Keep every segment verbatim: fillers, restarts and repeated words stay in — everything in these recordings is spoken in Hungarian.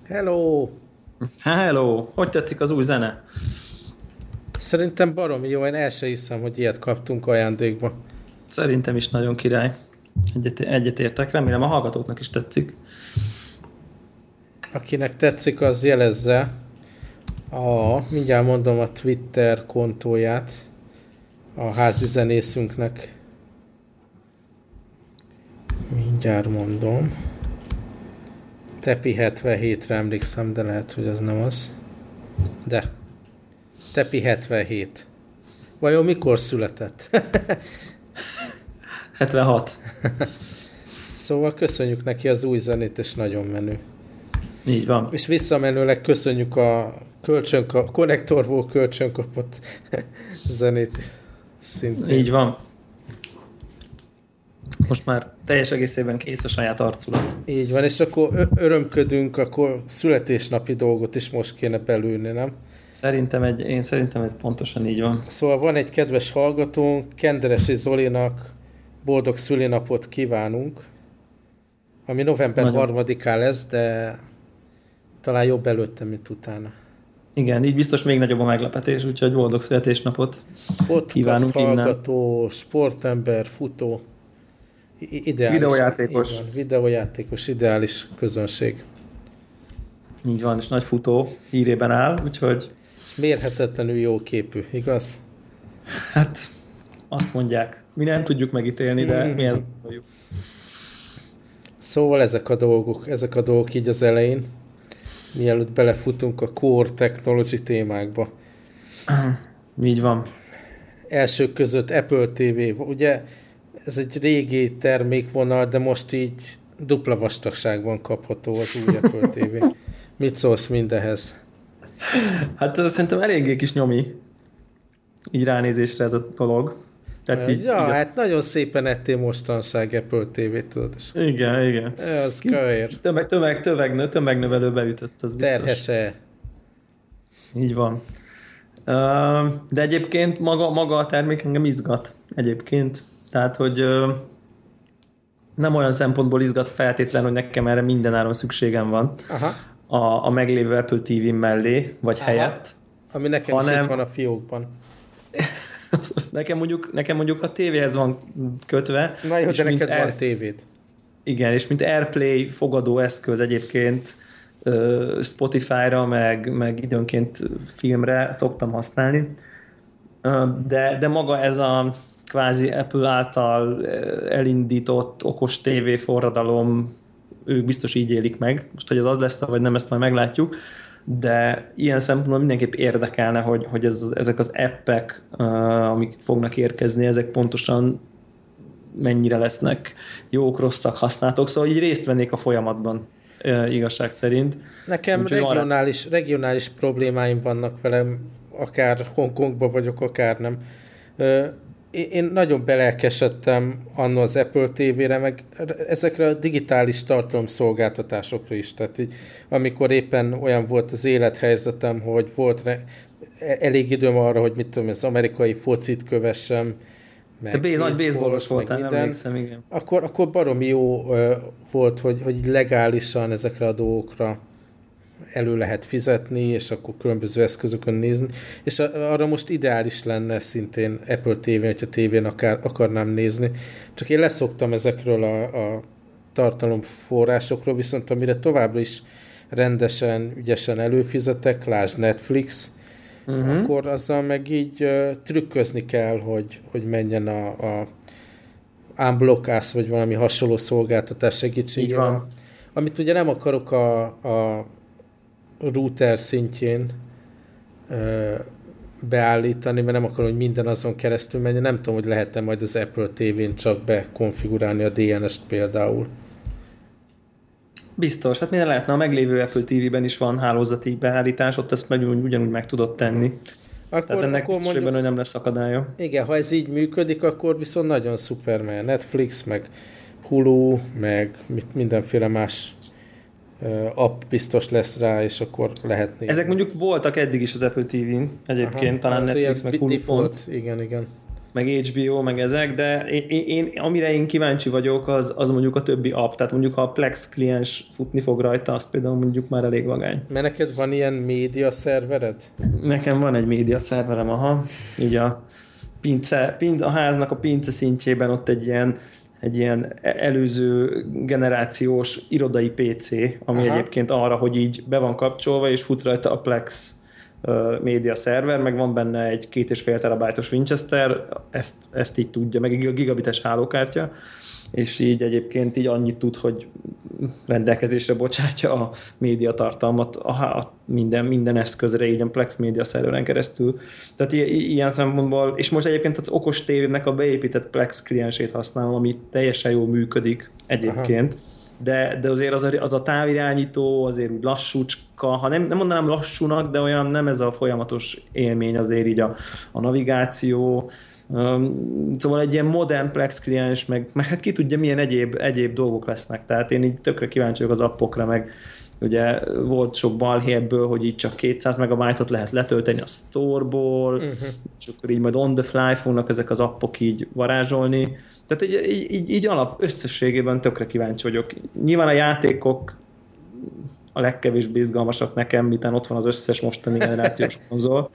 Hello! Hello! Hogy tetszik az új zene? Szerintem baromi jó, én el se hiszem, hogy ilyet kaptunk ajándékba. Szerintem is nagyon király. Egyet, egyetértek, remélem a hallgatóknak is tetszik. Akinek tetszik, az jelezze. A, mindjárt mondom a Twitter kontóját a házi zenészünknek. Mindjárt mondom. Tepi hetvenhétre emlékszem, de lehet, hogy az nem az. De. Tepi hetvenhét. Vajon mikor született? hetvenhat. Szóval köszönjük neki az új zenét, és nagyon menő. Így van. És visszamenőleg köszönjük a kölcsönka, a konnektorból kölcsönkapott zenét szintén. Így van. Most már teljes egészében kész a saját arculat. Így van, és akkor örömködünk, akkor születésnapi dolgot is most kéne belülni, nem? Szerintem, egy, én szerintem ez pontosan így van. Szóval van egy kedves hallgatónk, Kenderesi Zolinak boldog szülinapot kívánunk, ami november Nagyon. harmadikán lesz, de talán jobb előtte, mint utána. Igen, így biztos még nagyobb a meglepetés, úgyhogy boldog születésnapot Podcast kívánunk hallgató, innen. Sportember, futó, ideális, videójátékos. Van, videójátékos, ideális közönség. Így van, és nagy futó hírében áll, úgyhogy... Mérhetetlenül jó képű, igaz? Hát, azt mondják. Mi nem tudjuk megítélni, de mi ezt mondjuk. Szóval ezek a dolgok, ezek a dolgok így az elején, mielőtt belefutunk a core technology témákba. Így van. Elsők között Apple té vé, ugye ez egy régi termékvonal, de most így dupla vastagságban kapható az új Apple té vé. Mit szólsz mindehez? Hát szerintem eléggé kis nyomi így ránézésre ez a dolog. Tehát így, ja, így hát a... nagyon szépen ettél mostanság Apple té vét, tudod. Igen, igen. Ez kövér. Tömeg, tömeg, tömeg, tömegnövelő beütött, az biztos. Terhese. Így van. De egyébként maga, maga a termék engem izgat egyébként. Tehát, hogy nem olyan szempontból izgat feltétlen, hogy nekem erre mindenáron szükségem van. Aha. A, a meglévő Apple té vé mellé, vagy Aha. helyett. Ami nekem hanem... is itt van a fiókban. nekem, mondjuk, nekem mondjuk a tévéhez van kötve. Na jó, de neked Air... van tévéd. Igen, és mint AirPlay fogadó eszköz egyébként Spotify-ra, meg, meg időnként filmre szoktam használni. De, de maga ez a kvázi Apple által elindított okos tévé forradalom, ők biztos így élik meg. Most, hogy ez az lesz, vagy nem, ezt majd meglátjuk. De ilyen szempontból mindenképp érdekelne, hogy, hogy ez, ezek az appek, amik fognak érkezni, ezek pontosan mennyire lesznek jók, rosszak, használhatók. Szóval így részt vennék a folyamatban, igazság szerint. Nekem Úgy, regionális, arra... regionális problémáim vannak velem, akár Hongkongban vagyok, akár nem. Én nagyon belelkesedtem anno az Apple té vére, meg ezekre a digitális tartalomszolgáltatásokra is. Tehát így, amikor éppen olyan volt az élethelyzetem, hogy volt re- elég időm arra, hogy mit tudom, az amerikai focit kövessem, meg Te bé- nagy baseballos voltál, nem emlékszem, igen. Akkor, akkor baromi jó uh, volt, hogy, hogy legálisan ezekre a dolgokra elő lehet fizetni, és akkor különböző eszközökön nézni. És arra most ideális lenne szintén Apple té vé, hogyha tévén akár, akarnám nézni. Csak én leszoktam ezekről a, a tartalomforrásokról, viszont amire továbbra is rendesen, ügyesen előfizetek, lásd Netflix, uh-huh. akkor azzal meg így uh, trükközni kell, hogy, hogy menjen a, a unblockás, vagy valami hasonló szolgáltatás segítségével. Amit ugye nem akarok a, a router szintjén ö, beállítani, mert nem akarom, hogy minden azon keresztül menjen. Nem tudom, hogy lehet-e majd az Apple té vén csak bekonfigurálni a dé en est például. Biztos, hát minden lehetne. A meglévő Apple té vében is van hálózati beállítás, ott ezt meg, ugyanúgy meg tudod tenni. Akkor, Tehát ennek akkor biztos, mondjuk, hogy nem lesz akadálya. Igen, ha ez így működik, akkor viszont nagyon szuper, mert Netflix, meg Hulu, meg mindenféle más app biztos lesz rá, és akkor lehet nézni. Ezek mondjuk voltak eddig is az Apple té vén egyébként, Aha, talán Netflix meg Hulu default, igen, igen. meg há bé o, meg ezek, de én, én, amire én kíváncsi vagyok, az, az mondjuk a többi app, tehát mondjuk ha a Plex kliens futni fog rajta, azt például mondjuk már elég vagány. Mert neked van ilyen média szervered? Nekem van egy média szerverem, aha, így a, pince, pince, a háznak a pince szintjében ott egy ilyen, egy ilyen előző generációs irodai pé cé, ami aha. egyébként arra, hogy így be van kapcsolva, és fut rajta a Plex média szerver, meg van benne egy két és fél terabájtos Winchester, ezt, ezt így tudja, meg egy gigabites hálókártya, és így egyébként így annyit tud, hogy rendelkezésre bocsátja a média tartalmat a, a minden, minden eszközre, így a Plex média szerveren keresztül. Tehát i- ilyen szempontból, és most egyébként az okos tévémnek a beépített Plex kliensét használom, ami teljesen jól működik egyébként. Aha. De, de azért az a, az a távirányító azért úgy lassúcska, ha nem, nem mondanám lassúnak, de olyan nem ez a folyamatos élmény azért így a, a navigáció. Um, szóval egy ilyen modern Plex kliens, meg, meg hát ki tudja milyen egyéb, egyéb dolgok lesznek. Tehát én így tökre kíváncsi vagyok az appokra, meg ugye volt sok balhé ebből, hogy így csak kétszáz megabájtot lehet letölteni a storeból, uh-huh. és akkor így majd on the fly fognak ezek az appok így varázsolni. Tehát így, így, így, így alap összességében tökre kíváncsi vagyok. Nyilván a játékok a legkevésbé izgalmasak nekem, miután ott van az összes mostani generációs konzol,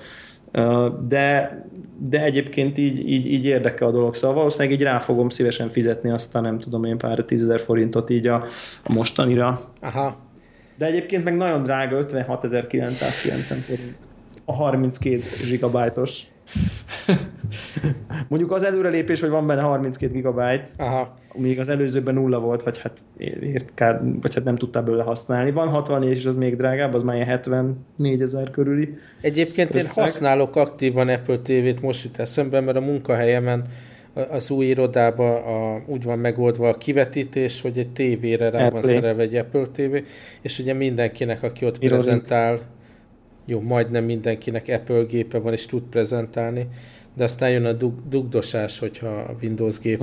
de, de egyébként így, így, így érdekel a dolog, szóval valószínűleg így rá fogom szívesen fizetni aztán nem tudom én pár tízezer forintot így a, a mostanira. Aha. De egyébként meg nagyon drága, ötvenhatezer-kilencszázkilencven forint. A harminckét gigabájtos. Mondjuk az előrelépés, hogy van benne harminckét gigabyte, aha. Még az előzőben nulla volt, vagy hát, ért, vagy hát nem tudtál belőle használni. Van hatvannégy, és az még drágább, az már ilyen hetvennégyezer körüli. Egyébként összeg. Én használok aktívan Apple té vét most jut eszembe, mert a munkahelyemen az új irodában a, úgy van megoldva a kivetítés, hogy egy tévére rá Apple. Van szerelve egy Apple té vé, és ugye mindenkinek, aki ott Irodink. prezentál, jó, majdnem mindenkinek Apple gépe van, és tud prezentálni, de aztán jön a dug, dugdosás, hogyha a Windows gép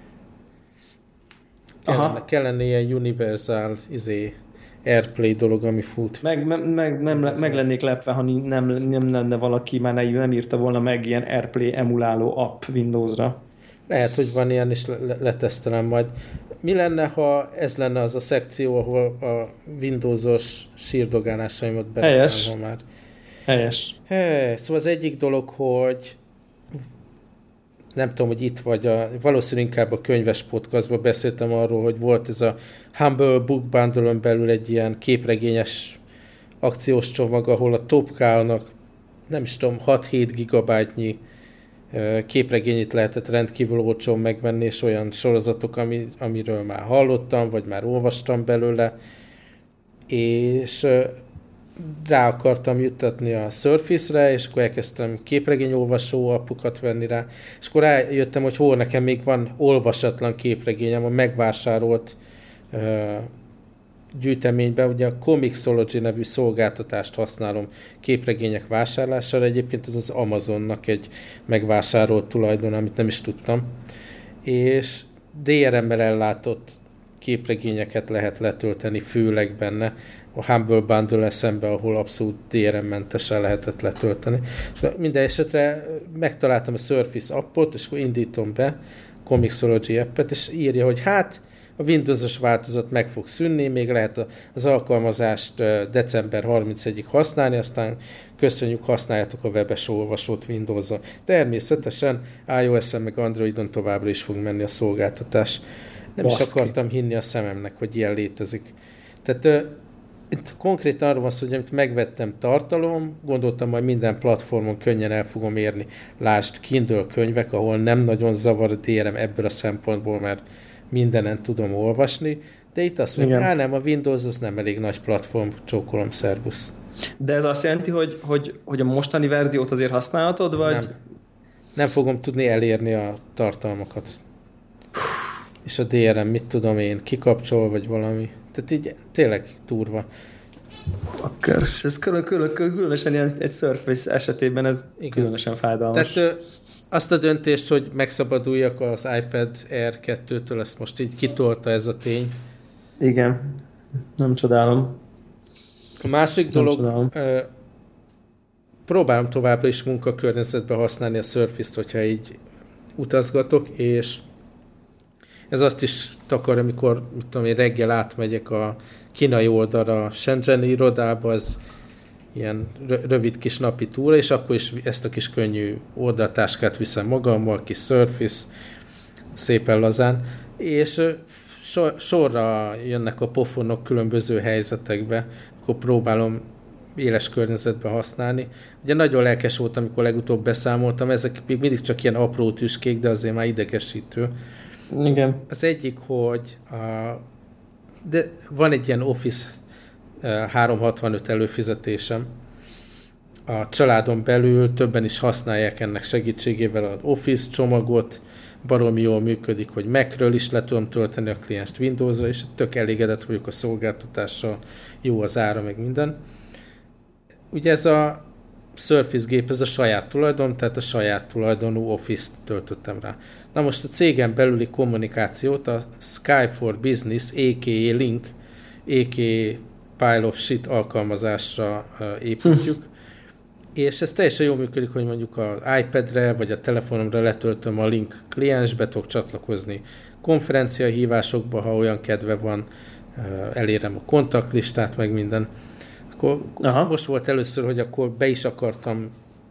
kellene, kellene ilyen universal izé, AirPlay dolog, ami fut. Meg, meg, meg, nem, meg lennék lepve, ha nem, nem lenne valaki, már nem írta volna meg ilyen AirPlay emuláló app Windowsra. Lehet, hogy van ilyen, és letesztelem majd. Mi lenne, ha ez lenne az a szekció, ahol a Windowsos sírdogálásaimat beraknám már? Helyes. Hey, szóval az egyik dolog, hogy nem tudom, hogy itt vagy, a, valószínűleg inkább a könyves podcastban beszéltem arról, hogy volt ez a Humble Book Bundle-on belül egy ilyen képregényes akciós csomag, ahol a Top Cow-nak nem is tudom, hat-hét gigabájtnyi képregényét lehetett rendkívül olcsón megvenni, és olyan sorozatok, ami, amiről már hallottam, vagy már olvastam belőle, és rá akartam juttatni a Surface-re, és akkor elkezdtem képregényolvasó appokat venni rá, és akkor rájöttem, hogy hol nekem még van olvasatlan képregényem, a megvásárolt uh, gyűjteményben, ugye a Comixology nevű szolgáltatást használom képregények vásárlására, egyébként ez az Amazonnak egy megvásárolt tulajdon, amit nem is tudtam, és dé er em-mel ellátott képregényeket lehet letölteni, főleg benne, a Humble Bundle szembe, ahol abszolút dé er em-mentesen lehetett letölteni. És minden esetre megtaláltam a Surface appot, és akkor indítom be a Comixology appet, és írja, hogy hát a Windowsos változat meg fog szűnni, még lehet az alkalmazást december harmincegyedikéig használni, aztán köszönjük, használjátok a webes olvasót Windowson. Természetesen iOS-en meg Androidon továbbra is fog menni a szolgáltatás. Nem Baszki. is akartam hinni a szememnek, hogy ilyen létezik. Tehát itt konkrétan arról van szó, hogy amit megvettem tartalom, gondoltam, majd minden platformon könnyen el fogom érni. Lásd, Kindle könyvek, ahol nem nagyon zavar a dé er em ebből a szempontból, mert mindenen tudom olvasni, de itt azt mondja, á nem, a Windows az nem elég nagy platform, csókolom, szervusz. De ez azt jelenti, hogy, hogy, hogy a mostani verziót azért használhatod, vagy? Nem. Nem fogom tudni elérni a tartalmakat. És a dé er em, mit tudom én, kikapcsol, vagy valami. Tehát így tényleg durva. Akkor, és ez külön, külön, különösen ilyen, egy Surface esetében ez igen. Különösen fájdalmas. Tehát azt a döntést, hogy megszabaduljak az iPad Air kettőtől, ezt most így kitolta ez a tény. Igen, nem csodálom. A másik nem dolog, csodálom. próbálom továbbra is munkakörnyezetben használni a Surface-t, hogyha így utazgatok, és ez azt is takar, amikor mit tudom én, reggel átmegyek a kínai oldalra, a Shenzheni irodába, ez ilyen rövid kis napi túra, és akkor is ezt a kis könnyű oldaltáskát viszem magammal, kis Surface, szépen lazán, és sor, sorra jönnek a pofonok különböző helyzetekbe, akkor próbálom éles környezetben használni. Ugye nagyon lelkes volt, amikor legutóbb beszámoltam, ezek még mindig csak ilyen apró tüskék, de azért már idegesítő. Igen. Az, az egyik, hogy a, de van egy ilyen Office háromszázhatvanöt előfizetésem. A családon belül többen is használják ennek segítségével az Office csomagot, baromi jól működik, hogy Macről is le tudom tölteni a klienst Windowsra, és tök elégedett vagyok a szolgáltatással, jó az ára, meg minden. Ugye ez a Surface gép, ez a saját tulajdon, tehát a saját tulajdonú Office-t töltöttem rá. Na most a cégen belüli kommunikációt a Skype for Business, á ká á Link, á ká á Pile of Shit alkalmazásra építjük, és ez teljesen jól működik, hogy mondjuk az iPad-re vagy a telefonomra letöltöm a Link kliensbe, tudok csatlakozni konferenciahívásokba, ha olyan kedve van, elérem a kontaktlistát, meg minden. Akkor Aha. most volt először, hogy akkor be is akartam,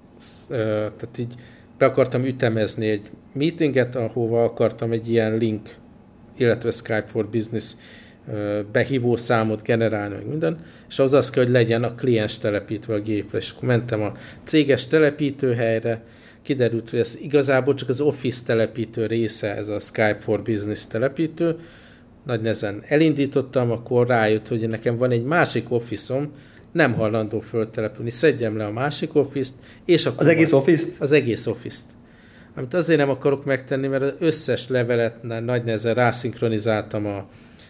tehát így be akartam ütemezni egy meetinget, ahova akartam egy ilyen Link, illetve Skype for Business behívó számot generálni, meg minden, és az az kell, hogy legyen a kliens telepítve a gépre, és akkor mentem a céges telepítőhelyre, kiderült, hogy ez igazából csak az Office telepítő része, ez a Skype for Business telepítő, nagy nehezen elindítottam, akkor rájött, hogy nekem van egy másik Office-om, nem hajlandó föltelepülni, szedjem le a másik Office-t, és akkor... Az egész Office-t? Az egész Office-t. Amit azért nem akarok megtenni, mert az összes levelet nagy nehezen rászinkronizáltam a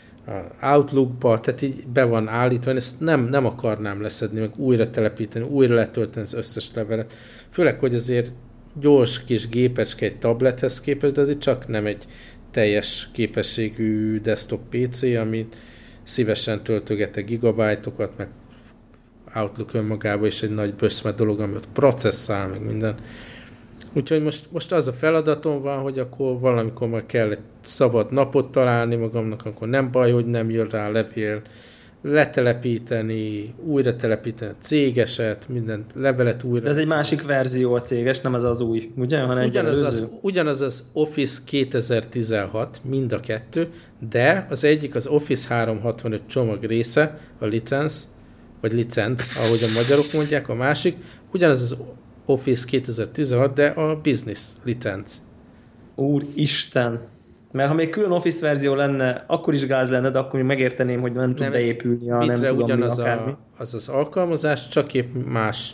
a Outlookba, tehát így be van állítva, én ezt nem, nem akarnám leszedni, meg újra telepíteni, újra letölteni az összes levelet. Főleg, hogy azért gyors kis gépecske egy tablethez képest, de azért csak nem egy teljes képességű desktop pé cé, amit szívesen töltögetek gigabájtokat, meg Outlook önmagában is egy nagy böszme dolog, ami ott processzál, meg minden. Úgyhogy most, most az a feladatom van, hogy akkor valamikor majd kell egy szabad napot találni magamnak, akkor nem baj, hogy nem jön rá levél, letelepíteni, újra telepíteni a cégeset, minden levelet újra. De ez egy másik verzió a céges, nem az az új, ugye? Hanem ugyanaz, az, ugyanaz az Office kétezer-tizenhat, mind a kettő, de az egyik az Office háromszázhatvanöt csomag része, a licensz, vagy licenc, ahogy a magyarok mondják, a másik, ugyanaz az Office kétezer-tizenhat, de a business licenc. Úristen! Mert ha még külön Office verzió lenne, akkor is gáz lenne, de akkor még megérteném, hogy nem, nem tud beépülni a nem tudom ugyanaz mi, a, az az alkalmazás, csak épp más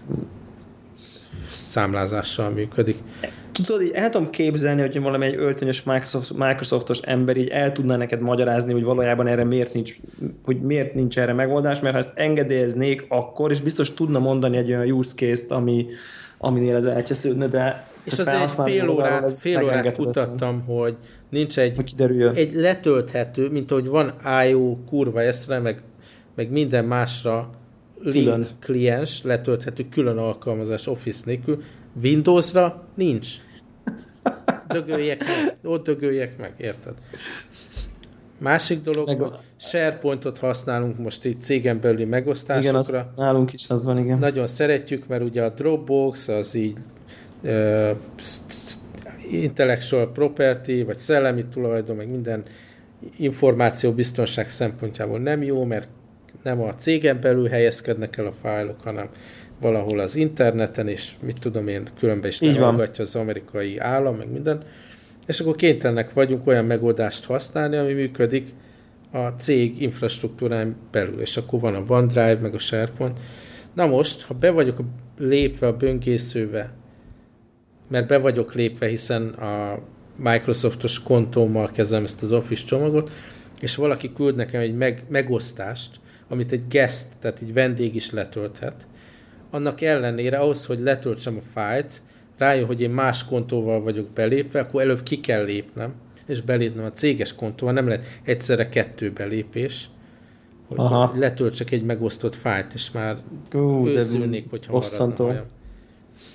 számlázással működik. Tudod, így el tudom képzelni, hogy valami egy öltönyös Microsoft, Microsoftos ember így el tudná neked magyarázni, hogy valójában erre miért nincs, hogy miért nincs erre megoldás, mert ha ezt engedélyeznék, akkor is biztos tudna mondani egy olyan use case-t, ami, aminél ez elcsesződne, de és azért fél órát, fél órát kutattam, hogy nincs egy, hogy egy letölthető, mint ahogy van i o kurva eszre, meg, meg minden másra Link külön kliens letölthető külön alkalmazás Office nélkül, Windowsra nincs. Dögöljek meg, ott dögöljek meg, érted? Másik dolog, meg hogy SharePointot használunk most így cégen belüli megosztásokra. Igen, azt, nálunk is az van, igen. Nagyon szeretjük, mert ugye a Dropbox az így uh, intellectual property, vagy szellemi tulajdon, meg minden információbiztonság szempontjából nem jó, mert nem a cégen belül helyezkednek el a fájlok, hanem valahol az interneten, és mit tudom én, különben is lehallgatja az amerikai állam, meg minden. És akkor kénytelenek vagyunk olyan megoldást használni, ami működik a cég infrastruktúrán belül, és akkor van a OneDrive, meg a SharePoint. Na most, ha be vagyok lépve a böngészőbe, mert be vagyok lépve, hiszen a Microsoftos kontómmal kezdem ezt az Office csomagot, és valaki küld nekem egy meg, megosztást, amit egy guest, tehát egy vendég is letölthet, annak ellenére ahhoz, hogy letöltsem a fájlt, rájön, hogy én más kontóval vagyok belépve, akkor előbb ki kell lépnem, és belépnem a céges kontóval, nem lehet egyszerre kettő belépés, hogy Aha. letöltsek egy megosztott fájlt, és már őszülnék, hogyha marad a hajam.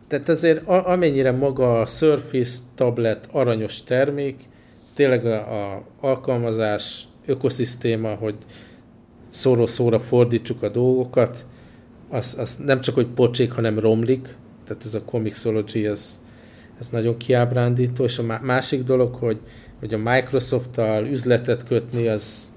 Tehát azért amennyire maga a Surface tablet aranyos termék, tényleg a, a alkalmazás, ökoszisztéma, hogy szóról szóra fordítsuk a dolgokat, az, az nem csak, hogy pocsék, hanem romlik, tehát ez a Comixology, ez, ez nagyon kiábrándító, és a másik dolog, hogy, hogy a Microsoft-tal üzletet kötni, az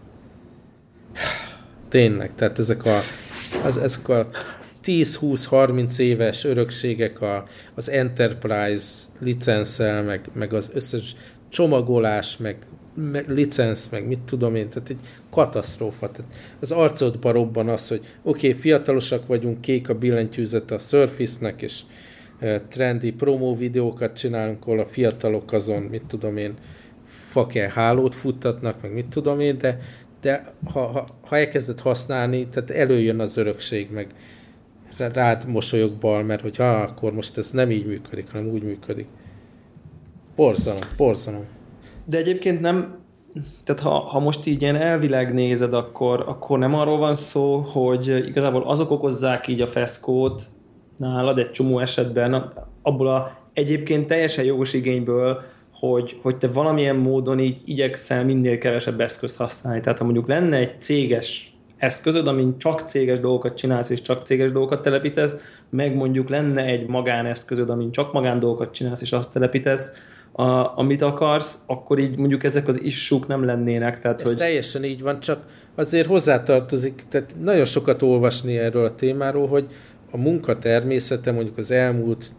tényleg, tehát ezek a, az, ezek a tíz-húsz-harminc éves örökségek a, az Enterprise licenszel, meg, meg az összes csomagolás, meg, meg licensz, meg mit tudom én, tehát egy katasztrófa. Tehát az arcodba robban az, hogy oké, okay, fiatalosak vagyunk, kék a billentyűzet a Surface-nek, és uh, trendi promó videókat csinálunk, ahol a fiatalok azon, mit tudom én, faker hálót futtatnak, meg mit tudom én, de, de ha, ha, ha elkezded használni, tehát előjön az örökség, meg rád mosolyog bal, mert hogy ha, akkor most ez nem így működik, hanem úgy működik. Borzalom, borzalom. De egyébként nem, tehát ha, ha most így ilyen elvileg nézed, akkor, akkor nem arról van szó, hogy igazából azok okozzák így a feszkót nálad egy csomó esetben, abból a egyébként teljesen jogos igényből, hogy, hogy te valamilyen módon így igyekszel minél kevesebb eszközt használni. Tehát ha mondjuk lenne egy céges eszközöd, amin csak céges dolgokat csinálsz, és csak céges dolgokat telepítesz, meg mondjuk lenne egy magáneszközöd, amin csak magán dolgokat csinálsz, és azt telepítesz, a, amit akarsz, akkor így mondjuk ezek az issue-k nem lennének. Tehát, Ez hogy... teljesen így van, csak azért hozzátartozik, tehát nagyon sokat olvasni erről a témáról, hogy a munka természete mondjuk az elmúlt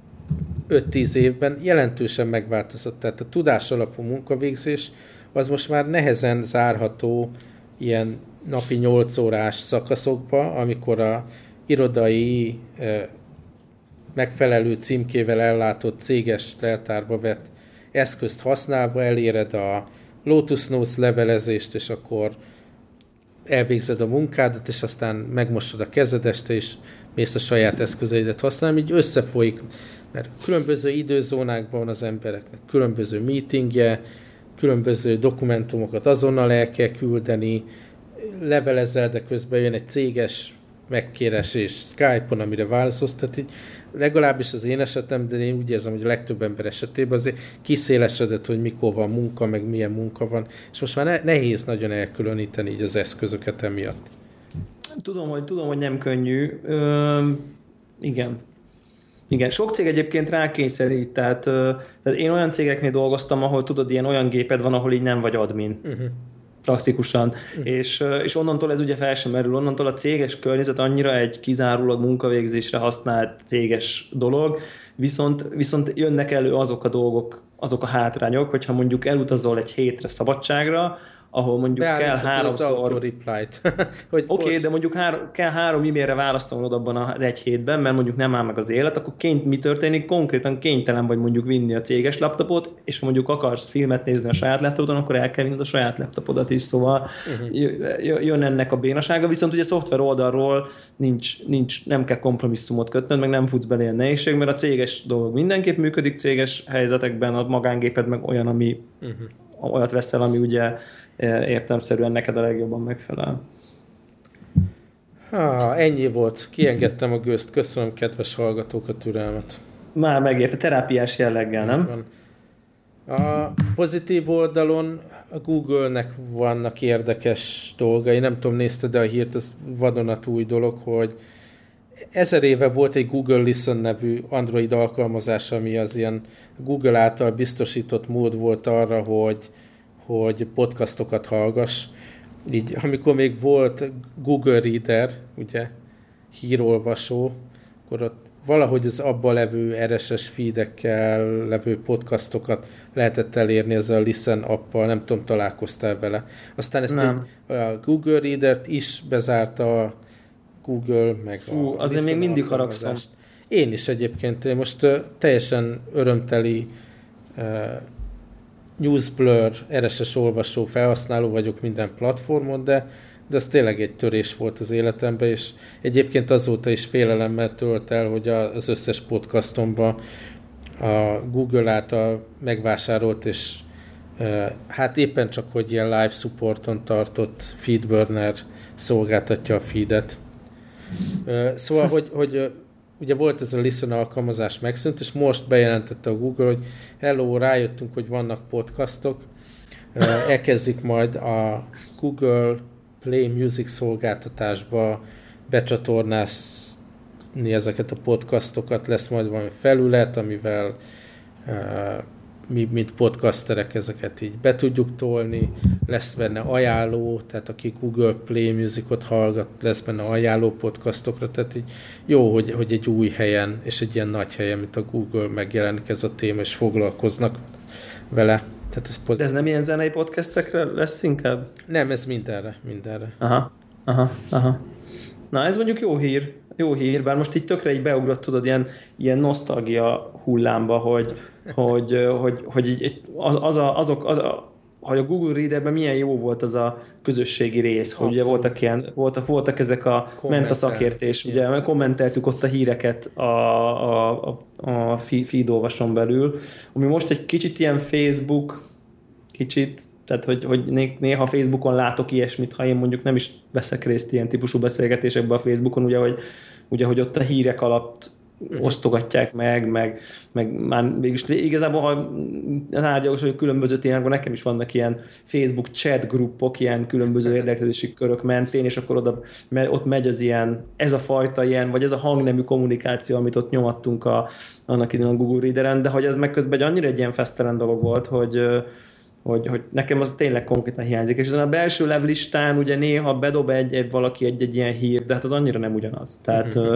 öt-tíz évben jelentősen megváltozott. Tehát a tudás alapú munkavégzés az most már nehezen zárható ilyen napi nyolc órás szakaszokba, amikor a irodai eh, megfelelő címkével ellátott céges leltárba vett eszközt használva eléred a Lotus Notes levelezést, és akkor elvégzed a munkádat, és aztán megmosod a kezed este, és mész a saját eszközeidet használni, így összefolyik, mert különböző időzónákban van az embereknek, különböző meetingje, különböző dokumentumokat azonnal el kell küldeni, levelezel, de közben jön egy céges megkeresés Skype-on, amire válaszolsz, tehát így legalábbis az én esetem, de én úgy érzem, hogy a legtöbb ember esetében azért kiszélesedett, hogy mikor van munka, meg milyen munka van, és most már ne, nehéz nagyon elkülöníteni így az eszközöket emiatt. Tudom, hogy, tudom, hogy nem könnyű. Ö, igen. Igen, sok cég egyébként rákényszerít, tehát, tehát én olyan cégeknél dolgoztam, ahol tudod, ilyen olyan géped van, ahol így nem vagy admin. Uh-huh. Praktikusan. Uh-huh. És, és onnantól ez ugye fel sem merül, onnantól a céges környezet annyira egy kizárólag munkavégzésre használt céges dolog, viszont, viszont jönnek elő azok a dolgok, azok a hátrányok, hogyha mondjuk elutazol egy hétre szabadságra, ahol mondjuk kell háromszor... Oké, okay, de mondjuk három, kell három e-mailre választanod abban az egy hétben, mert mondjuk nem áll meg az élet, akkor kény, mi történik? Konkrétan kénytelen vagy mondjuk vinni a céges laptopot, és ha mondjuk akarsz filmet nézni a saját laptopodon, akkor el kell vinned a saját laptopodat is, szóval uh-huh. jön ennek a bénasága, viszont ugye szoftver oldalról nincs, nincs, nem kell kompromisszumot kötnöd, meg nem futsz bele ilyen nehézség, mert a céges dolog mindenképp működik céges helyzetekben, a magángéped meg olyan, ami uh-huh. olyat veszel, ami ugye értelemszerűen neked a legjobban megfelel. Ha, ennyi volt. Kiengedtem a gőzt. Köszönöm, kedves hallgatók, a türelmet. Már megérte. Terápiás jelleggel, nem? A pozitív oldalon a Google-nek vannak érdekes dolgai. Nem tudom, nézted, de a hírt, ez vadonatúj dolog, hogy ezer éve volt egy Google Listen nevű Android alkalmazás, ami az ilyen Google által biztosított mód volt arra, hogy hogy podcastokat hallgass. Így, amikor még volt Google Reader, ugye, hírolvasó, akkor ott valahogy az abban levő er es es feedekkel levő podcastokat lehetett elérni ezzel a Listen appal, nem tudom, találkoztál vele. Aztán ezt így, a Google Readert is bezárta a Google, meg Fú, a azért még mindig haragszom. Én is egyébként. Én most uh, teljesen örömteli uh, NewsBlur er es es olvasó felhasználó vagyok minden platformon, de, de ez tényleg egy törés volt az életemben, és egyébként azóta is félelemmel tölt el, hogy az összes podcastomban a Google által megvásárolt, és hát éppen csak, hogy ilyen live supporton tartott Feedburner szolgáltatja a feedet. Szóval, hogy, hogy ugye volt ez a Listen alkalmazás megszűnt, és most bejelentette a Google, hogy hello, rájöttünk, hogy vannak podcastok, elkezdik majd a Google Play Music szolgáltatásba becsatornázni ezeket a podcastokat, lesz majd valami felület, amivel mi, mint podcasterek ezeket így be tudjuk tolni, lesz benne ajánló, tehát aki Google Play Musicot hallgat, lesz benne ajánló podcastokra, tehát így jó, hogy, hogy egy új helyen, és egy ilyen nagy helyen, mint a Google megjelenik ez a téma, és foglalkoznak vele. Tehát ez pozitív. De ez nem ilyen zenei podcastekre lesz inkább? Nem, ez mindenre, mindenre. Aha, aha, aha. Na, ez mondjuk jó hír, jó hír, bár most így tökre így beugrott, tudod, ilyen, ilyen nosztalgia hullámba, hogy, hogy, hogy, hogy így az, az a, azok, az a, hogy a Google Readerben milyen jó volt az a közösségi rész, hogy ugye voltak, ilyen, voltak, voltak ezek a, ment a szakértés, ugye kommenteltük ott a híreket a, a, a, a feed olvason belül, ami most egy kicsit ilyen Facebook, kicsit, tehát hogy, hogy néha Facebookon látok ilyesmit, ha én mondjuk nem is veszek részt ilyen típusú beszélgetésekben a Facebookon, ugye, hogy, ugye, hogy ott a hírek alatt osztogatják meg, meg, meg már végülis igazából, ha tárgyalós, hogy különböző témákban nekem is vannak ilyen Facebook chat grupok, ilyen különböző érdeklődési körök mentén, és akkor oda, ott megy az ilyen, ez a fajta ilyen, vagy ez a hangnemű kommunikáció, amit ott nyomattunk a, annak idején a Google Readeren, de hogy ez meg közben egy annyira egy ilyen fesztelen dolog volt, hogy Hogy, hogy nekem az tényleg konkrétan hiányzik. És ezen a belső lev listán ugye néha bedob egy, egy valaki egy-egy ilyen hír, de hát az annyira nem ugyanaz. Tehát uh-huh.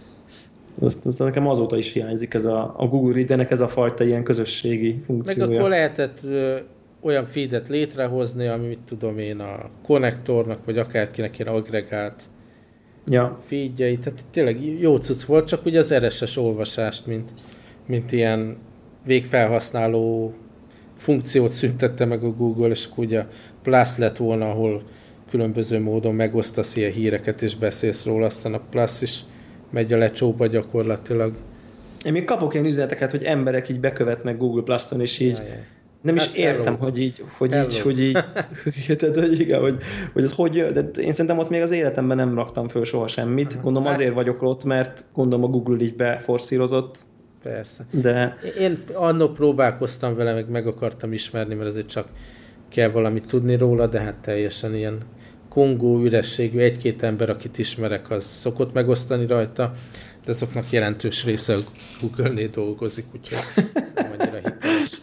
azt, azt nekem azóta is hiányzik ez a, a Google Readernek ez a fajta ilyen közösségi funkciója. Meg akkor lehetett ö, olyan feedet létrehozni, ami mit tudom én a konnektornak, vagy akárkinek ilyen agregált ja. feedjei. Tehát tényleg jó cucc volt, csak ugye az er es es olvasást, mint, mint ilyen végfelhasználó funkciót szüntette meg a Google, és akkor ugye Plus lett volna, ahol különböző módon megosztasz ilyen híreket, és beszélsz róla, aztán a Plus is megy a lecsóba gyakorlatilag. Én még kapok ilyen üzeneteket, hogy emberek így bekövetnek Google Plus-on, és így jaj, nem hát is értem, hello. hogy így, hogy hello. így, hogy így, tehát, hogy igen, hogy, hogy ez hogy, de én szerintem ott még az életemben nem raktam föl soha semmit, uh-huh. gondolom azért vagyok ott, mert gondolom a Google így beforszírozott. Persze. De... Én annól próbálkoztam vele, meg meg akartam ismerni, mert azért csak kell valamit tudni róla, de hát teljesen ilyen kongó ürességű, egy-két ember, akit ismerek, az szokott megosztani rajta, de azoknak jelentős része a Google-nél dolgozik, úgyhogy nem annyira hiteles.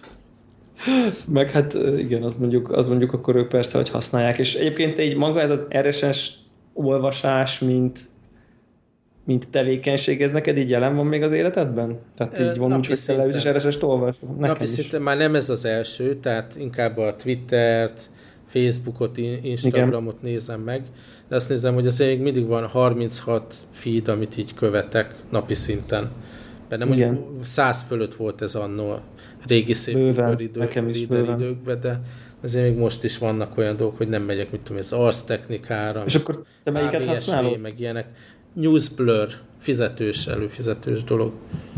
Meg hát igen, az mondjuk, az mondjuk akkor ők persze, hogy használják. És egyébként így maga ez az er es es olvasás, mint mint tevékenység, ez neked így jelen van még az életedben? Tehát így van úgy, hogy te leülsz és er es es-t olvasol? Napi szinten már nem ez az első, tehát inkább a Twittert, Facebookot, Instagramot igen. nézem meg, de azt nézem, hogy azért még mindig van harminchat feed, amit így követek napi szinten. Benne mondjuk száz fölött volt ez annó régi szép időkben, de azért még most is vannak olyan dolgok, hogy nem megyek, mit tudom, az arctechnikára, és akkor te melyiket használod? Meg ilyenek. Newsblur, fizetős, előfizetős dolog.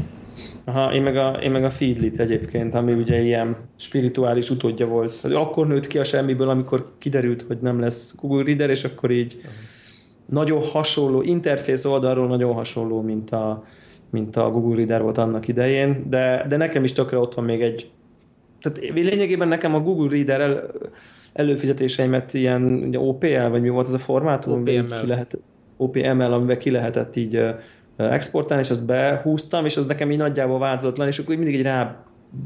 Aha, én meg a, én meg a Feedlit egyébként, ami ugye ilyen spirituális utódja volt. Akkor nőtt ki a semmiből, amikor kiderült, hogy nem lesz Google Reader, és akkor így uh-huh. nagyon hasonló, interfész oldalról nagyon hasonló, mint a, mint a Google Reader volt annak idején, de, de nekem is tökre ott van még egy... Tehát lényegében nekem a Google Reader el, előfizetéseimet ilyen o pé el, vagy mi volt az a formátum? o pé em el. Ki lehet, o pé em el, amivel ki lehetett így exportálni, és azt behúztam, és az nekem így nagyjából változatlan, és akkor mindig egy rá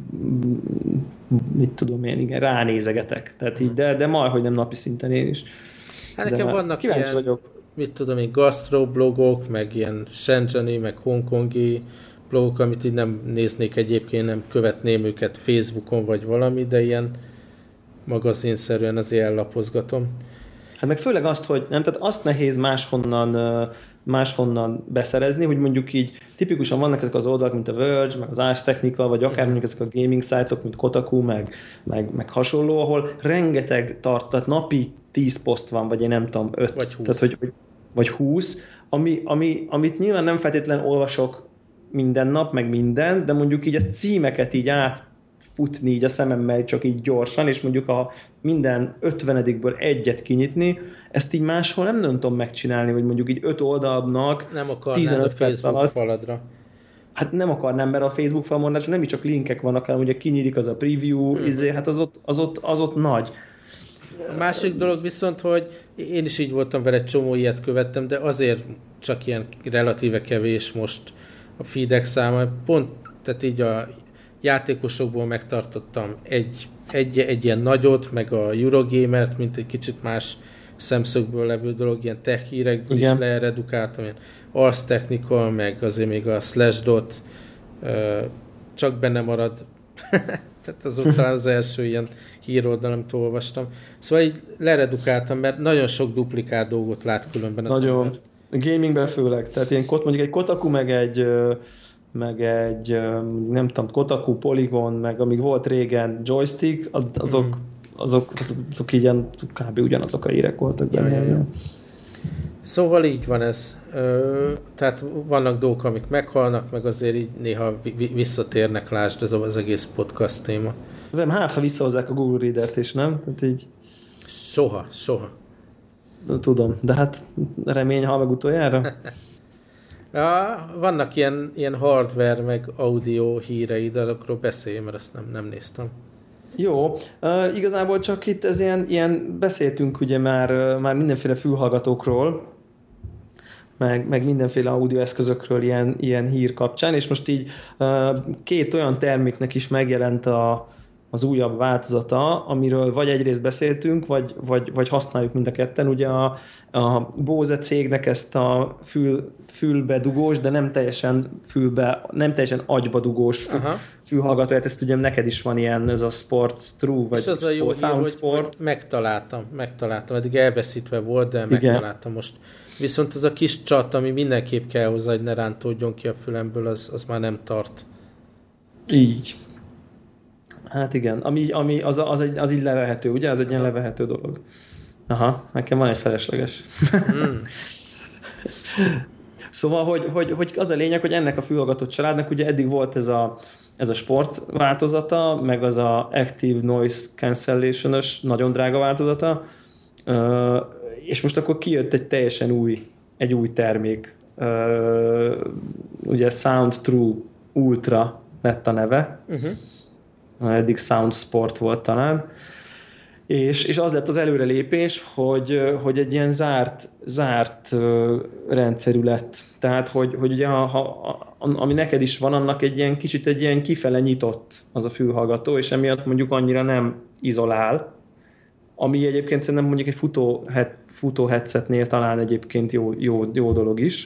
mit tudom én, igen, ránézegetek. Tehát így, de, de majd, hogy nem napi szinten én is. Hát nekem de vannak kíváncsi ilyen, vagyok. mit tudom én, gastroblogok, meg ilyen shenzheni, meg hongkongi blogok, amit így nem néznék egyébként, nem követném őket Facebookon vagy valami, de ilyen magazinszerűen azért ellapozgatom. Hát meg főleg azt, hogy nem, tehát azt nehéz máshonnan, máshonnan beszerezni, hogy mondjuk így tipikusan vannak ezek az oldalak, mint a Verge, meg az Ars Technica, vagy akár mondjuk ezek a gaming szájtok, mint Kotaku, meg, meg, meg hasonló, ahol rengeteg tart, tehát napi tíz poszt van, vagy én nem tudom, öt. Vagy húsz. Tehát, hogy, hogy, vagy húsz, ami, ami, amit nyilván nem feltétlenül olvasok minden nap, meg minden, de mondjuk így a címeket így át futni így a szememmel csak így gyorsan, és mondjuk a minden ötvenedikből egyet kinyitni, ezt így máshol nem, nem tudom megcsinálni, hogy mondjuk így öt oldalnak nem akarnád a Facebook alatt, faladra. Hát nem akarnám, mert a Facebook falmondás nem is csak linkek vannak, hanem ugye kinyílik az a preview, hmm. izé, hát az ott, az, ott, az ott nagy. A másik dolog viszont, hogy én is így voltam vele, egy csomó ilyet követtem, de azért csak ilyen relatíve kevés most a feedek száma. Pont, tehát így a játékosokból megtartottam egy, egy, egy ilyen nagyot, meg a Eurogamert, mint egy kicsit más szemszögből levő dolog, ilyen tech hírekből is leredukáltam, ilyen Ars Technical, meg azért még a Slashdot csak benne marad. Tehát az ott talán az első ilyen híroldal, amit olvastam. Szóval így leredukáltam, mert nagyon sok duplikát dolgot lát különben az nagyon. ember. Gamingben főleg. Tehát ilyen, mondjuk egy Kotaku, meg egy meg egy, nem tudom, Kotaku, Polygon, meg amíg volt régen joystick, azok, mm. azok, azok így kb. Ugyanazok a hírek voltak benne. Ja, ja, ja. Szóval így van ez. Ö, tehát vannak dolgok, amik meghalnak, meg azért így néha visszatérnek, lásd, ez az egész podcast téma. Nem, hát, ha visszahozzák a Google Reader-t is, nem? Tehát így... Soha, soha. Tudom, de hát remény hal meg utoljára. Ja, vannak ilyen, ilyen hardware, meg audio hírei, de akkor beszélj, mert ezt nem, nem néztem. Jó, uh, igazából csak itt ez ilyen, ilyen beszéltünk ugye már, már mindenféle fülhallgatókról, meg, meg mindenféle audioeszközökről ilyen, ilyen hír kapcsán, és most így uh, két olyan terméknek is megjelent a, az újabb változata, amiről vagy egyrészt beszéltünk, vagy, vagy, vagy használjuk mind a ketten. Ugye a, a Bose cégnek ezt a fül, fülbedugós, de nem teljesen fülbe, nem teljesen agybadugós fül, fülhallgatóját, ezt ugye neked is van ilyen, ez a Sports True, vagy és az a jó Sound hír, Sport. Hogy megtaláltam, megtaláltam, eddig elveszítve volt, de megtaláltam igen. Most. Viszont az a kis csat, ami mindenképp kell hozzá, hogy ne rántódjon ki a fülemből, az, az már nem tart. Így. Hát igen, ami, ami az, az, egy, az így levehető, ugye? Az egy ilyen levehető dolog. Aha, nekem van egy felesleges. Mm. Szóval, hogy, hogy, hogy az a lényeg, hogy ennek a fülhallgató családnak ugye eddig volt ez a, ez a sport változata, meg az a Active Noise Cancellation-ös, nagyon drága változata, uh, és most akkor kijött egy teljesen új, egy új termék. Uh, ugye Sound True Ultra lett a neve. Uh-huh. Eddig Sound Sport volt talán, és, és az lett az előrelépés, hogy, hogy egy ilyen zárt, zárt rendszerű lett. Tehát, hogy, hogy ugye, ha, ami neked is van, annak egy ilyen kicsit egy ilyen kifele nyitott az a fülhallgató, és emiatt mondjuk annyira nem izolál, ami egyébként szerintem mondjuk egy futó, head, futó headsetnél talán egyébként jó, jó, jó dolog is.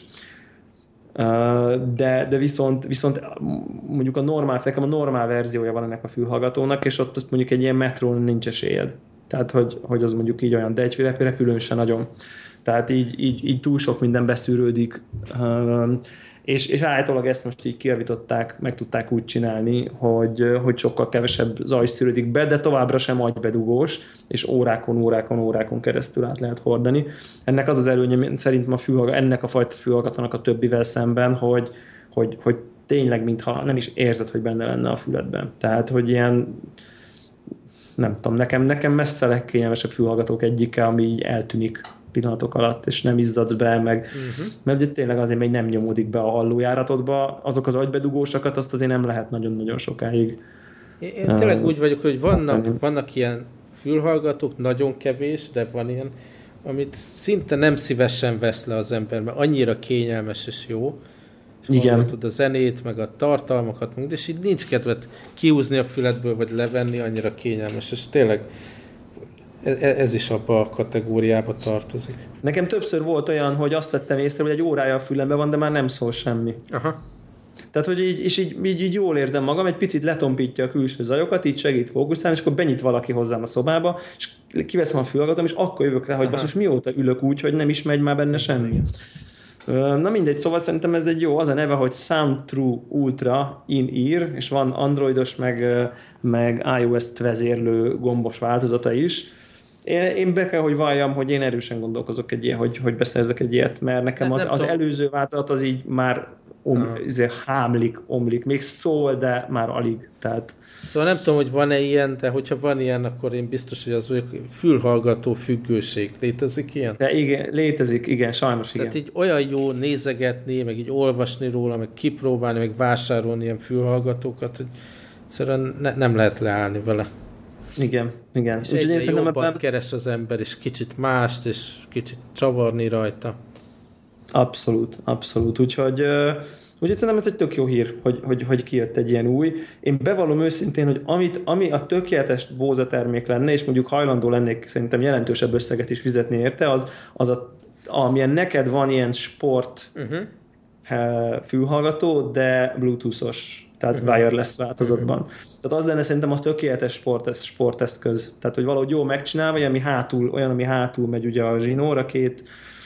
De, de viszont, viszont mondjuk a normál, nekem a normál verziója van ennek a fülhallgatónak, és ott azt mondjuk egy ilyen metrón nincs esélyed. Tehát, hogy, hogy az mondjuk így olyan, de egy repülőn se nagyon. Tehát így, így, így túl sok minden beszűrődik. És, és állítólag ezt most így kijavították, meg tudták úgy csinálni, hogy, hogy sokkal kevesebb zaj szűrődik be, de továbbra sem agybedugós, és órákon, órákon, órákon keresztül át lehet hordani. Ennek az az előnye szerintem a fülhallgató, ennek a fajta fülhallgatónak a többivel szemben, hogy, hogy, hogy tényleg mintha nem is érzed, hogy benne lenne a füledben. Tehát, hogy ilyen nem tudom, nekem, nekem messze legkényelmesebb fülhallgatók egyike, ami így eltűnik pillanatok alatt, és nem izzadsz be, meg, uh-huh. mert ugye tényleg azért még nem nyomódik be a hallójáratodba, azok az agybedugósokat, azt azért nem lehet nagyon-nagyon sokáig. Én, én tényleg uh, úgy vagyok, hogy vannak, vannak ilyen fülhallgatók, nagyon kevés, de van ilyen, amit szinte nem szívesen vesz le az ember, mert annyira kényelmes és jó, és igen. Tud a zenét, meg a tartalmakat, és így nincs kedved kiúzni a füledből, vagy levenni, annyira kényelmes, és tényleg ez is abba a kategóriába tartozik. Nekem többször volt olyan, hogy azt vettem észre, hogy egy órája a fülemben van, de már nem szól semmi. Aha. Tehát, hogy így, és így, így, így jól érzem magam, egy picit letompítja a külső zajokat, így segít fókuszálni, és akkor benyit valaki hozzám a szobába, és kiveszem a fülhallgatom, és akkor jövök rá, hogy basszus, mióta ülök úgy, hogy nem is megy már benne semmi. Na mindegy, szóval szerintem ez egy jó, az a neve, hogy Sound True Ultra in-ear, és van androidos, meg, meg iOS-t vezérlő gombos változata is. Én, én be kell, hogy valljam, hogy én erősen gondolkozok egy ilyen, hogy, hogy beszerzek egy ilyet, mert nekem az, az előző változat az így már om, hámlik, omlik, még szól, de már alig. Tehát... Szóval nem tudom, hogy van-e ilyen, de hogyha van ilyen, akkor én biztos, hogy az vagyok, fülhallgató függőség. Létezik ilyen? De igen, létezik, igen, sajnos igen. Tehát így olyan jó nézegetni, meg így olvasni róla, meg kipróbálni, meg vásárolni ilyen fülhallgatókat, hogy egyszerűen ne, nem lehet leállni vele. Igen, igen. És egyre jobban ebben... keres az ember, és kicsit mást, és kicsit csavarni rajta. Abszolút, abszolút. Úgyhogy, úgyhogy szerintem ez egy tök jó hír, hogy, hogy, hogy kijött egy ilyen új. Én bevallom őszintén, hogy amit, ami a tökéletes Bose termék lenne, és mondjuk hajlandó lennék szerintem jelentősebb összeget is fizetni érte, az, az a, amilyen neked van ilyen sport uh-huh. fülhallgató, de bluetoothos, tehát uh-huh. wireless változatban. Uh-huh. Tehát az lenne szerintem a tökéletes sport, sporteszköz. Tehát, hogy valahogy jól megcsinál, vagy ami hátul, olyan, ami hátul megy ugye a zsinóra, két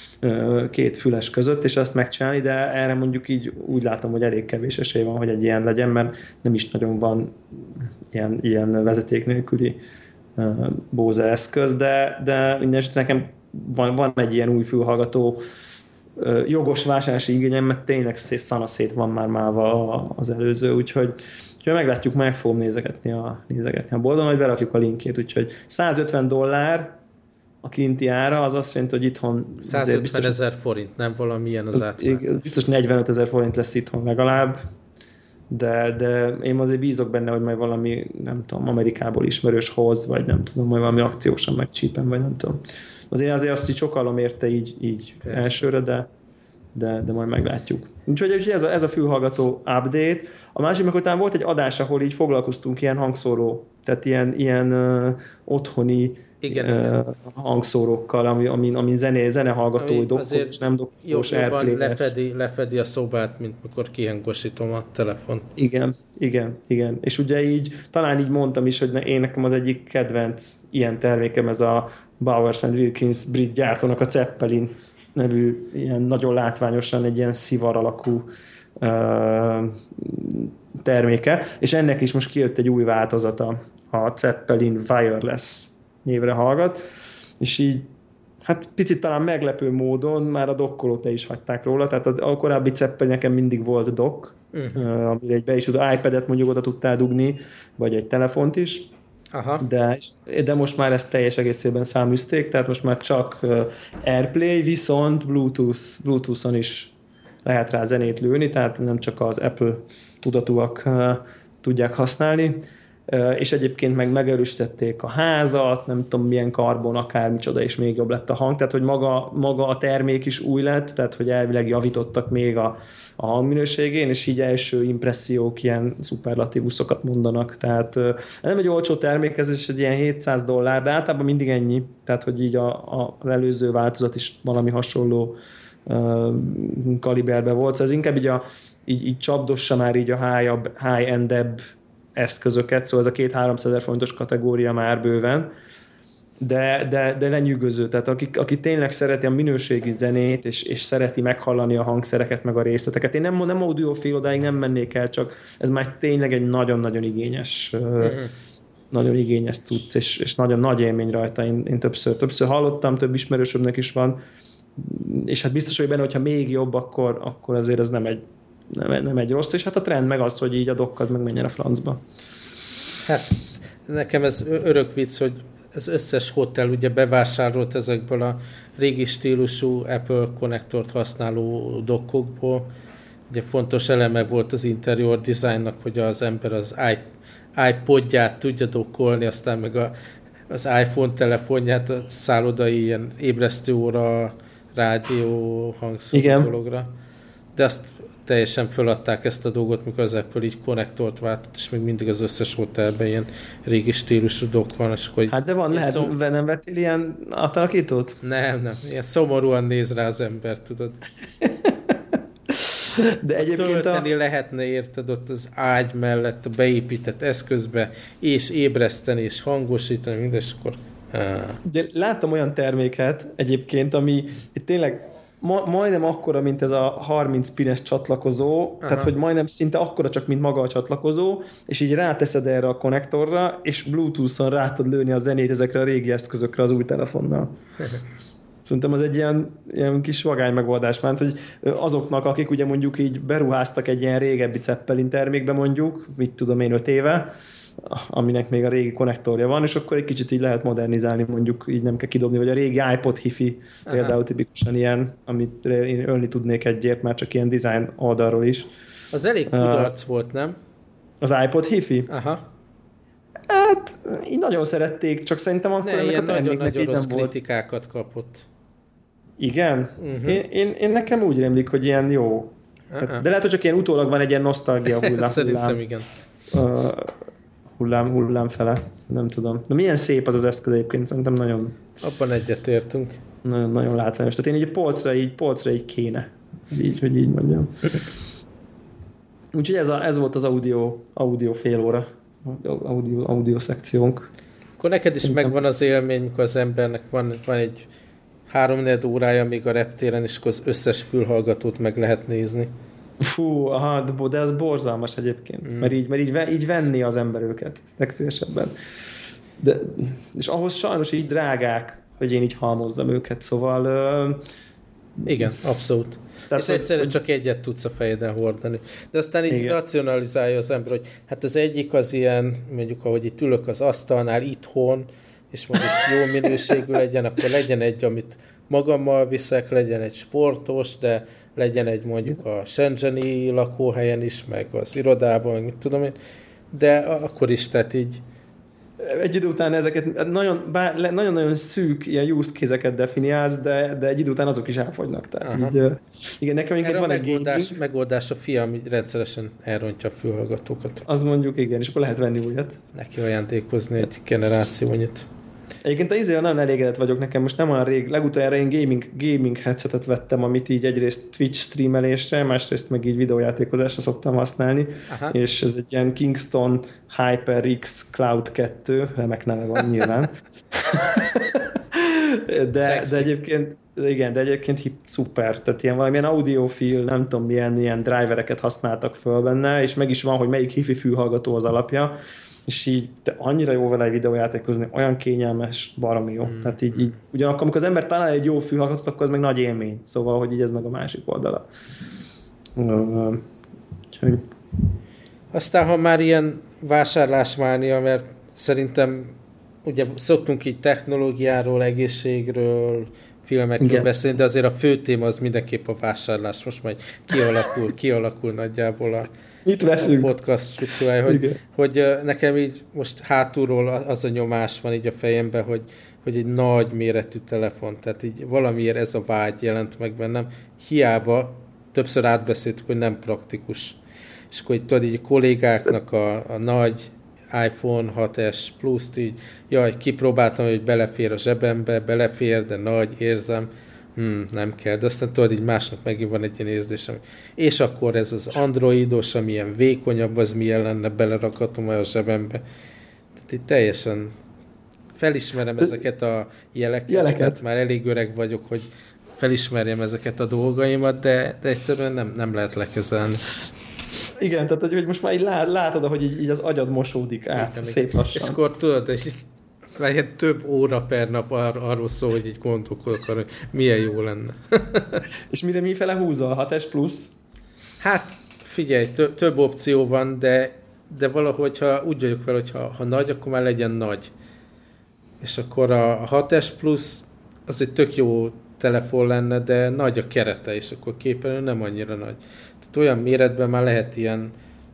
két füles között, és azt megcsinálni, de erre mondjuk így úgy látom, hogy elég kevés esély van, hogy egy ilyen legyen, mert nem is nagyon van ilyen, ilyen vezeték nélküli uh, Bose eszköz, de, de mindenesetre nekem van, van egy ilyen új fülhallgató uh, jogos vásárlási igényem, mert tényleg szanaszét van már máva az előző, úgyhogy úgyhogy meglátjuk, meg fogom nézegetni a, nézegetni a boldon, hogy berakjuk a linkjét, úgyhogy százötven dollár a kinti ára, az azt jelenti, hogy itthon... százötven ezer forint, nem valamilyen az átmenet. Biztos negyvenöt ezer forint lesz itthon legalább, de, de én azért bízok benne, hogy majd valami, nem tudom, Amerikából ismerős hoz, vagy nem tudom, majd valami akciósan megcsípem, vagy nem tudom. Azért azért azt így sokalom érte így, így elsőre, de, de, de majd meglátjuk. Úgyhogy ez a, ez a fülhallgató update. A másik meg után volt egy adás, ahol így foglalkoztunk ilyen hangszóró, tehát ilyen, ilyen uh, otthoni igen, uh, igen. hangszórókkal, ami, ami, ami zené, zenehallgató, dokkos, nem dokkos, airplay-es. Lefedi, lefedi a szobát, mint mikor kihangosítom a telefon. Igen, igen, igen. És ugye így, talán így mondtam is, hogy én nekem az egyik kedvenc ilyen termékem, ez a Bowers and Wilkins brit gyártónak a Zeppelin nevű, ilyen nagyon látványosan egy ilyen szivar alakú uh, terméke, és ennek is most kijött egy új változata, a Zeppelin Wireless névre hallgat, és így hát picit talán meglepő módon már a dokkolót le is hagyták róla, tehát az, a korábbi Zeppelin nekem mindig volt dock, uh-huh. amire egy be is tudod, iPad-et mondjuk oda tudtál dugni, vagy egy telefont is, aha. De, de most már ezt teljes egészében száműzték, tehát most már csak AirPlay, viszont Bluetooth, Bluetooth-on is lehet rá zenét lőni, tehát nem csak az Apple tudatúak tudják használni, és egyébként meg megerősítették a házat, nem tudom milyen karbon, akármicsoda, és még jobb lett a hang, tehát hogy maga, maga a termék is új lett, tehát hogy elvileg javítottak még a, a hangminőségén, és így első impressziók ilyen szuperlatívuszokat mondanak, tehát nem egy olcsó termék, ez is egy ilyen hétszáz dollár, de általában mindig ennyi, tehát hogy így a, a, az előző változat is valami hasonló uh, kaliberben volt, szóval ez inkább így, a, így, így csapdossa már így a high-ebb, high-endebb eszközöket, szóval ez a két-háromszázezer forintos kategória már bőven, de, de, de lenyűgöző, tehát aki, aki tényleg szereti a minőségi zenét, és, és szereti meghallani a hangszereket, meg a részleteket. Én nem, nem audiofil, odáig nem mennék el, csak ez már tényleg egy nagyon-nagyon igényes mm-hmm. nagyon igényes cucc, és, és nagyon nagy élmény rajta. Én, én többször, többször hallottam, több ismerősömnek is van, és hát biztos, hogy benne, hogyha még jobb, akkor, akkor azért ez nem egy Nem, nem egy rossz, és hát a trend meg az, hogy így a dokk az meg menjen a francba. Hát nekem ez örök vicc, hogy az összes hotel ugye bevásárolt ezekből a régi stílusú Apple konnektort használó dokkokból. Ugye fontos eleme volt az interior designnak, hogy az ember az iPodját tudja dokkolni, aztán meg a, az iPhone telefonját, a szállodai ilyen ébresztőóra, rádió, hangszóró dologra. De azt teljesen föladták ezt a dolgot, mikor az Apple így konnektort váltott, és még mindig az összes hotelben ilyen régi stílusú dokk van. És akkor hát de van, lehet, szom... nem vettél ilyen átalakítót? Nem, nem. Ilyen szomorúan néz rá az ember, tudod. De egyébként tölteni a... lehetne, érted, ott az ágy mellett a beépített eszközbe, és ébreszteni, és hangosítani, mindez, akkor... De láttam olyan terméket egyébként, ami tényleg Ma, majdnem akkora, mint ez a harminc pines csatlakozó, aha. Tehát, hogy majdnem szinte akkora csak, mint maga a csatlakozó, és így ráteszed erre a konnektorra, és Bluetooth-on rá tudod lőni a zenét ezekre a régi eszközökre az új telefonnal. Szerintem az egy ilyen, ilyen kis vagány megoldás, mert hogy azoknak, akik ugye mondjuk így beruháztak egy ilyen régebbi Zeppelin termékbe mondjuk, mit tudom én, öt éve, aminek még a régi konnektorja van, és akkor egy kicsit így lehet modernizálni, mondjuk így nem kell kidobni, vagy a régi iPod Hi-Fi Aha. például tipikusan ilyen, amit én ölni tudnék egyért, már csak ilyen design oldalról is. Az elég kudarc uh, volt, nem? Az iPod Hi-Fi? Aha. Hát, így nagyon szerették, csak szerintem akkor ne, ennek ilyen a terméknek nagyon rossz nem volt. kritikákat kapott. Igen? Uh-huh. Én, én, én nekem úgy rémlik, hogy ilyen jó. Uh-huh. De lehet, hogy csak ilyen utólag van egy ilyen nosztalgia hullám. Szerintem hullám, igen. Uh, hullám, hullám fele. Nem tudom. De milyen szép az az eszköz egyébként, szerintem nagyon... Abban egyetértünk. Nagyon, nagyon látványos. Tehát én így polcra így, polcra így kéne. Így, hogy így mondjam. Úgyhogy ez, a, ez volt az audio, audio fél óra. Audio, audio szekciónk. Akkor neked is Szerintem. megvan az élmény, mikor az embernek van, van egy három-négy órája, még a reptéren is az összes fülhallgatót meg lehet nézni. Fú, aha, de ez borzalmas egyébként, mm. mert, így, mert így, így venni az ember őket, ezt legszívesebben. De, és ahhoz sajnos így drágák, hogy én így halmozzam őket, szóval... Uh, igen, abszolút. Tehát, és egyszerűen hogy... csak egyet tudsz a fejeden hordani. De aztán így igen. racionalizálja az ember, hogy hát az egyik az ilyen, mondjuk ahogy itt ülök az asztalnál itthon, és mondjuk jó minőségű legyen, akkor legyen egy, amit magammal viszek, legyen egy sportos, de legyen egy mondjuk a shenzheni lakóhelyen is, meg az irodában, meg mit tudom én. De akkor is, tehát így egy idő után ezeket nagyon, bár, nagyon-nagyon szűk ilyen use case-eket definiálsz, de, de egy idő után azok is elfogynak. Tehát így, igen, nekem Erre van egy megoldás, megoldás a fiam, így rendszeresen elrontja a fülhallgatókat. Az mondjuk igen, és akkor lehet venni újat. Neki ajándékozni egy generációnyit. Egyébként az izével nagyon elégedett vagyok, nekem most nem olyan rég, legutoljára én gaming, gaming headsetet vettem, amit így egyrészt Twitch streamelésre, másrészt meg így videójátékozásra szoktam használni, Aha. és ez egy ilyen Kingston HyperX Cloud kettő, remek neve van nyilván. de, de egyébként igen, de egyébként hip, szuper, tehát ilyen valamilyen audiofil, nem tudom milyen ilyen drivereket használtak föl benne, és meg is van, hogy melyik hifi fülhallgató az alapja, és így te annyira jó vele egy videójátékozni, olyan kényelmes, baromi jó. Mm. Tehát így, így, ugyanakkor, amikor az ember talál egy jó fülhallgatót, akkor az meg nagy élmény. Szóval, hogy így ez meg a másik oldala. Úgyhogy... Aztán, ha már ilyen vásárlásmánia, mert szerintem ugye szoktunk így technológiáról, egészségről, filmekről Igen. beszélni, de azért a fő téma az mindenképp a vásárlás. Most majd kialakul, kialakul nagyjából a Mit veszünk? A podcast struktúrája, hogy, hogy nekem így most hátulról az a nyomás van így a fejemben, hogy, hogy egy nagy méretű telefon, tehát így valamiért ez a vágy jelent meg bennem. Hiába többször átbeszéltük, hogy nem praktikus. És akkor így tudod, így a kollégáknak a, a nagy iPhone hat es Plus-t így, jaj, kipróbáltam, hogy belefér a zsebembe, belefér, de nagy, érzem, Hmm, nem kell, de aztán tudod, így másnak megint van egy ilyen érzésem. És akkor ez az androidos, ami ilyen vékonyabb, az milyen lenne, belerakhatom a zsebembe. Tehát így teljesen felismerem ezeket a jeleket. jeleket. Már elég öreg vagyok, hogy felismerjem ezeket a dolgaimat, de, de egyszerűen nem, nem lehet lekezelni. Igen, tehát hogy most már így látod, hogy így, így az agyad mosódik át, igen, szép lassan. És akkor tudod, hogy már ilyen több óra per nap ar- arról szól, hogy így gondolkodok arra, hogy milyen jó lenne. És mire mifele húzol? hat es plusz? Hát figyelj, tö- több opció van, de, de valahogy ha úgy vagyok vele, hogy ha, ha nagy, akkor már legyen nagy. És akkor a hat es plusz az egy tök jó telefon lenne, de nagy a kerete, és akkor képernyő nem annyira nagy. Tehát olyan méretben már lehet ilyen,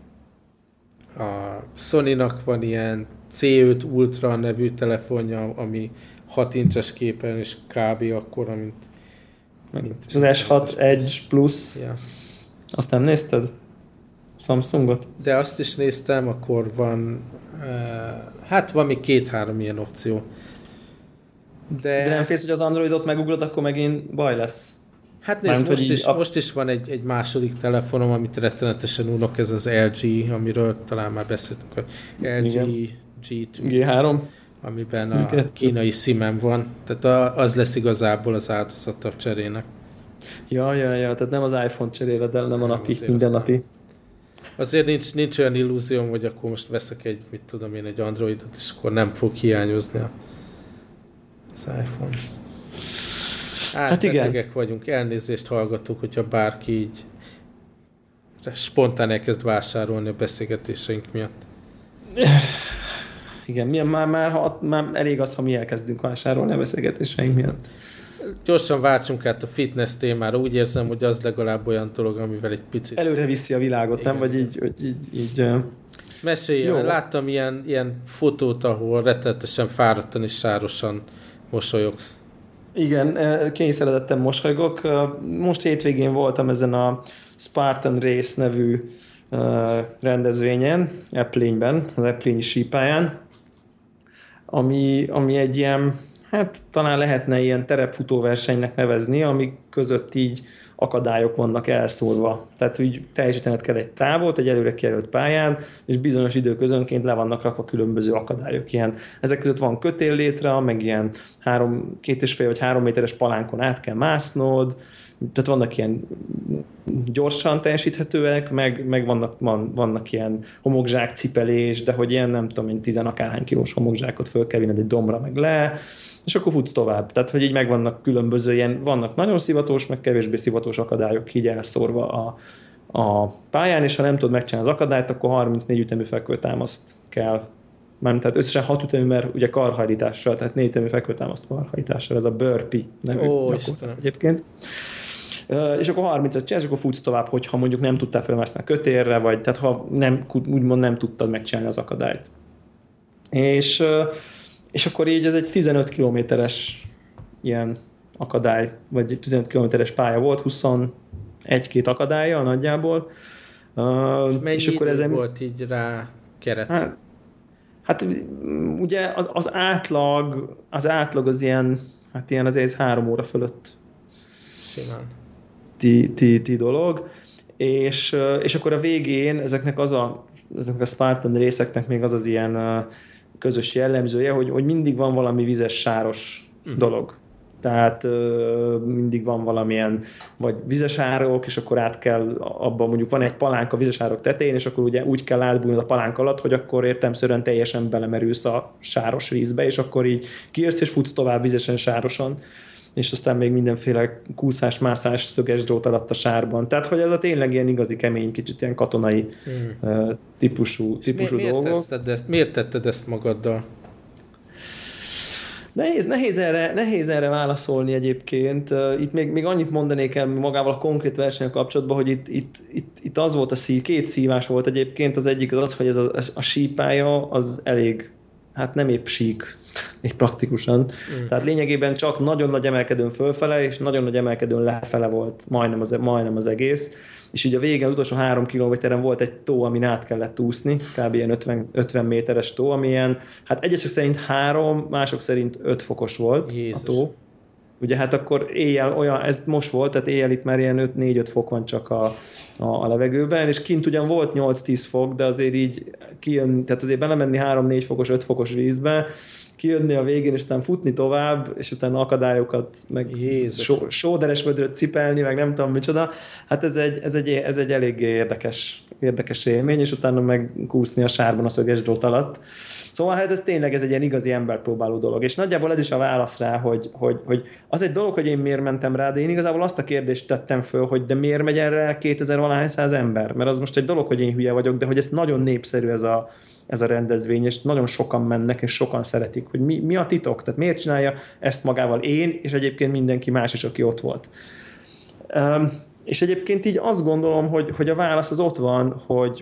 a Sony-nak van ilyen cé öt Ultra nevű telefonja, ami hat incses képernyő, és kb. Akkora, mint... mint az es hat Edge Plus. Ja. Azt nem nézted? Samsungot? De azt is néztem, akkor van... Uh, hát van még két-három ilyen opció. De, De nem félsz, hogy az Androidot megugrod, akkor megint baj lesz. Hát nézd, most is, a... most is van egy, egy második telefonom, amit rettenetesen unok, ez az el gé, amiről talán már beszéltünk, a el gé Igen. gé kettő, gé három, amiben a Igen. kínai szimem van. Tehát a, az lesz igazából az áldozata a cserének. Ja, ja, ja, tehát nem az iPhone cseréled el, nem a napi, minden napi. Azért nincs, nincs olyan illúzióm, hogy akkor most veszek egy, mit tudom én, egy Androidot, és akkor nem fog hiányozni az iPhone. Hát igen. vagyunk, elnézést hallgatók, hogyha bárki így spontán elkezd vásárolni a beszélgetéseink miatt. Igen, milyen, már, már, ha, már elég az, ha mi elkezdünk vásárolni a beszélgetéseink miatt. Gyorsan váltsunk át a fitness témára. Úgy érzem, hogy az legalább olyan dolog, amivel egy picit... Előre viszi a világot, igen, nem? Vagy így... Hogy így, így Mesélj, láttam ilyen, ilyen fotót, ahol rettenetesen fáradtan és sárosan mosolyogsz. Igen, kényszeredetten mosolygok. Most hétvégén voltam ezen a Spartan Race nevű rendezvényen, Eplényben, az Eplényi sípályán, ami, ami egy ilyen, hát talán lehetne ilyen terepfutóversenynek nevezni, ami között így akadályok vannak elszórva. Tehát úgy teljesítened kell egy távot, egy előre kijelölt pályán, és bizonyos időközönként le vannak rakva különböző akadályok. Ilyen, ezek között van kötéllétre, meg ilyen három, két és fél vagy három méteres palánkon át kell másznod, tehát vannak ilyen gyorsan teljesíthetőek, meg, meg vannak, van, vannak ilyen homokzsák cipelés, de hogy ilyen nem tudom, mint tizenakárhány kilós homokzsákot föl kell vinned egy dombra meg le, és akkor futsz tovább. Tehát, hogy így megvannak különböző ilyen, vannak nagyon szivatós, meg kevésbé szivatós akadályok így elszórva a, a pályán, és ha nem tudod megcsinálni az akadályt, akkor harmincnégy ütemű fekvőtámaszt kell. Mármint, tehát összesen hat ütemű, mert ugye karhajlítással, tehát négy ütemű fekvőtámaszt karhajlítással, ez a burpee nevű Ó, egyébként. Uh, és akkor harmincat csinálsz, és akkor futsz tovább, hogyha mondjuk nem tudtál felmászni a kötélre, vagy tehát ha nem, úgymond nem tudtad megcsinálni az akadályt. És, uh, és akkor így ez egy tizenöt kilométeres ilyen akadály, vagy tizenöt kilométeres pálya volt, huszonegy-két akadálya nagyjából. Uh, és mennyi és akkor ezen volt így rá keret? Hát, hát ugye az, az átlag, az átlag az ilyen, hát ilyen azért három óra fölött. Simán. Ti, ti, ti dolog, és, és akkor a végén ezeknek az a, ezeknek a Spartan részeknek még az az ilyen közös jellemzője, hogy, hogy mindig van valami vizes, sáros uh-huh. dolog. Tehát mindig van valamilyen, vagy vizes árok, és akkor át kell abban, mondjuk van egy palánk a vizes árok tetején, és akkor ugye úgy kell átbújnod a palánk alatt, hogy akkor értelemszerűen teljesen belemerülsz a sáros vízbe, és akkor így kijössz és futsz tovább vizesen, sárosan, és aztán még mindenféle kúszás, mászás, szöges drót alatt a sárban. Tehát, hogy ez a tényleg ilyen igazi kemény, kicsit ilyen katonai mm. uh, típusú, típusú mi, dolgok. Miért, ezt, miért tetted ezt magaddal? Nehéz, nehéz, erre, nehéz erre válaszolni egyébként. Itt még, még annyit mondanék el magával a konkrét versenyen kapcsolatban, hogy itt, itt, itt, itt az volt a szív, két szívás volt egyébként. Az egyik az az, hogy ez a, a sípálya az elég, hát nem épp sík, még praktikusan. Mm. Tehát lényegében csak nagyon nagy emelkedőn fölfele, és nagyon nagy emelkedőn lefele volt majdnem az, majdnem az egész. És így a végén, az utolsó három kilométeren volt egy tó, amin át kellett úszni, kb. Ilyen ötven, ötven méteres tó, ami ilyen, hát egyesek szerint három, mások szerint öt fokos volt Jézus. A tó. Ugye hát akkor éjjel olyan, ez most volt, tehát éjjel itt már ilyen négy-öt fok van csak a, a, a levegőben, és kint ugyan volt nyolc-tíz fok, de azért így kijön, tehát azért belemenni három-négy fokos, öt fokos vízbe, kijönni a végén, és utána futni tovább, és utána akadályokat, meg só, sóderes vödröt cipelni, meg nem tudom micsoda. Hát ez egy, ez egy, ez egy eléggé érdekes, érdekes élmény, és utána meg kúszni a sárban a szöges drót alatt. Szóval hát ez tényleg ez egy ilyen igazi emberpróbáló dolog. És nagyjából ez is a válasz rá, hogy, hogy, hogy az egy dolog, hogy én miért mentem rá, de én igazából azt a kérdést tettem föl, hogy de miért megy erre kétezer-valahány száz ember? Mert az most egy dolog, hogy én hülye vagyok, de hogy ez nagyon népszerű ez a ez a rendezvény, és nagyon sokan mennek, és sokan szeretik, hogy mi, mi a titok, tehát miért csinálja ezt magával én, és egyébként mindenki más is, aki ott volt. Um, és egyébként így azt gondolom, hogy, hogy a válasz az ott van, hogy,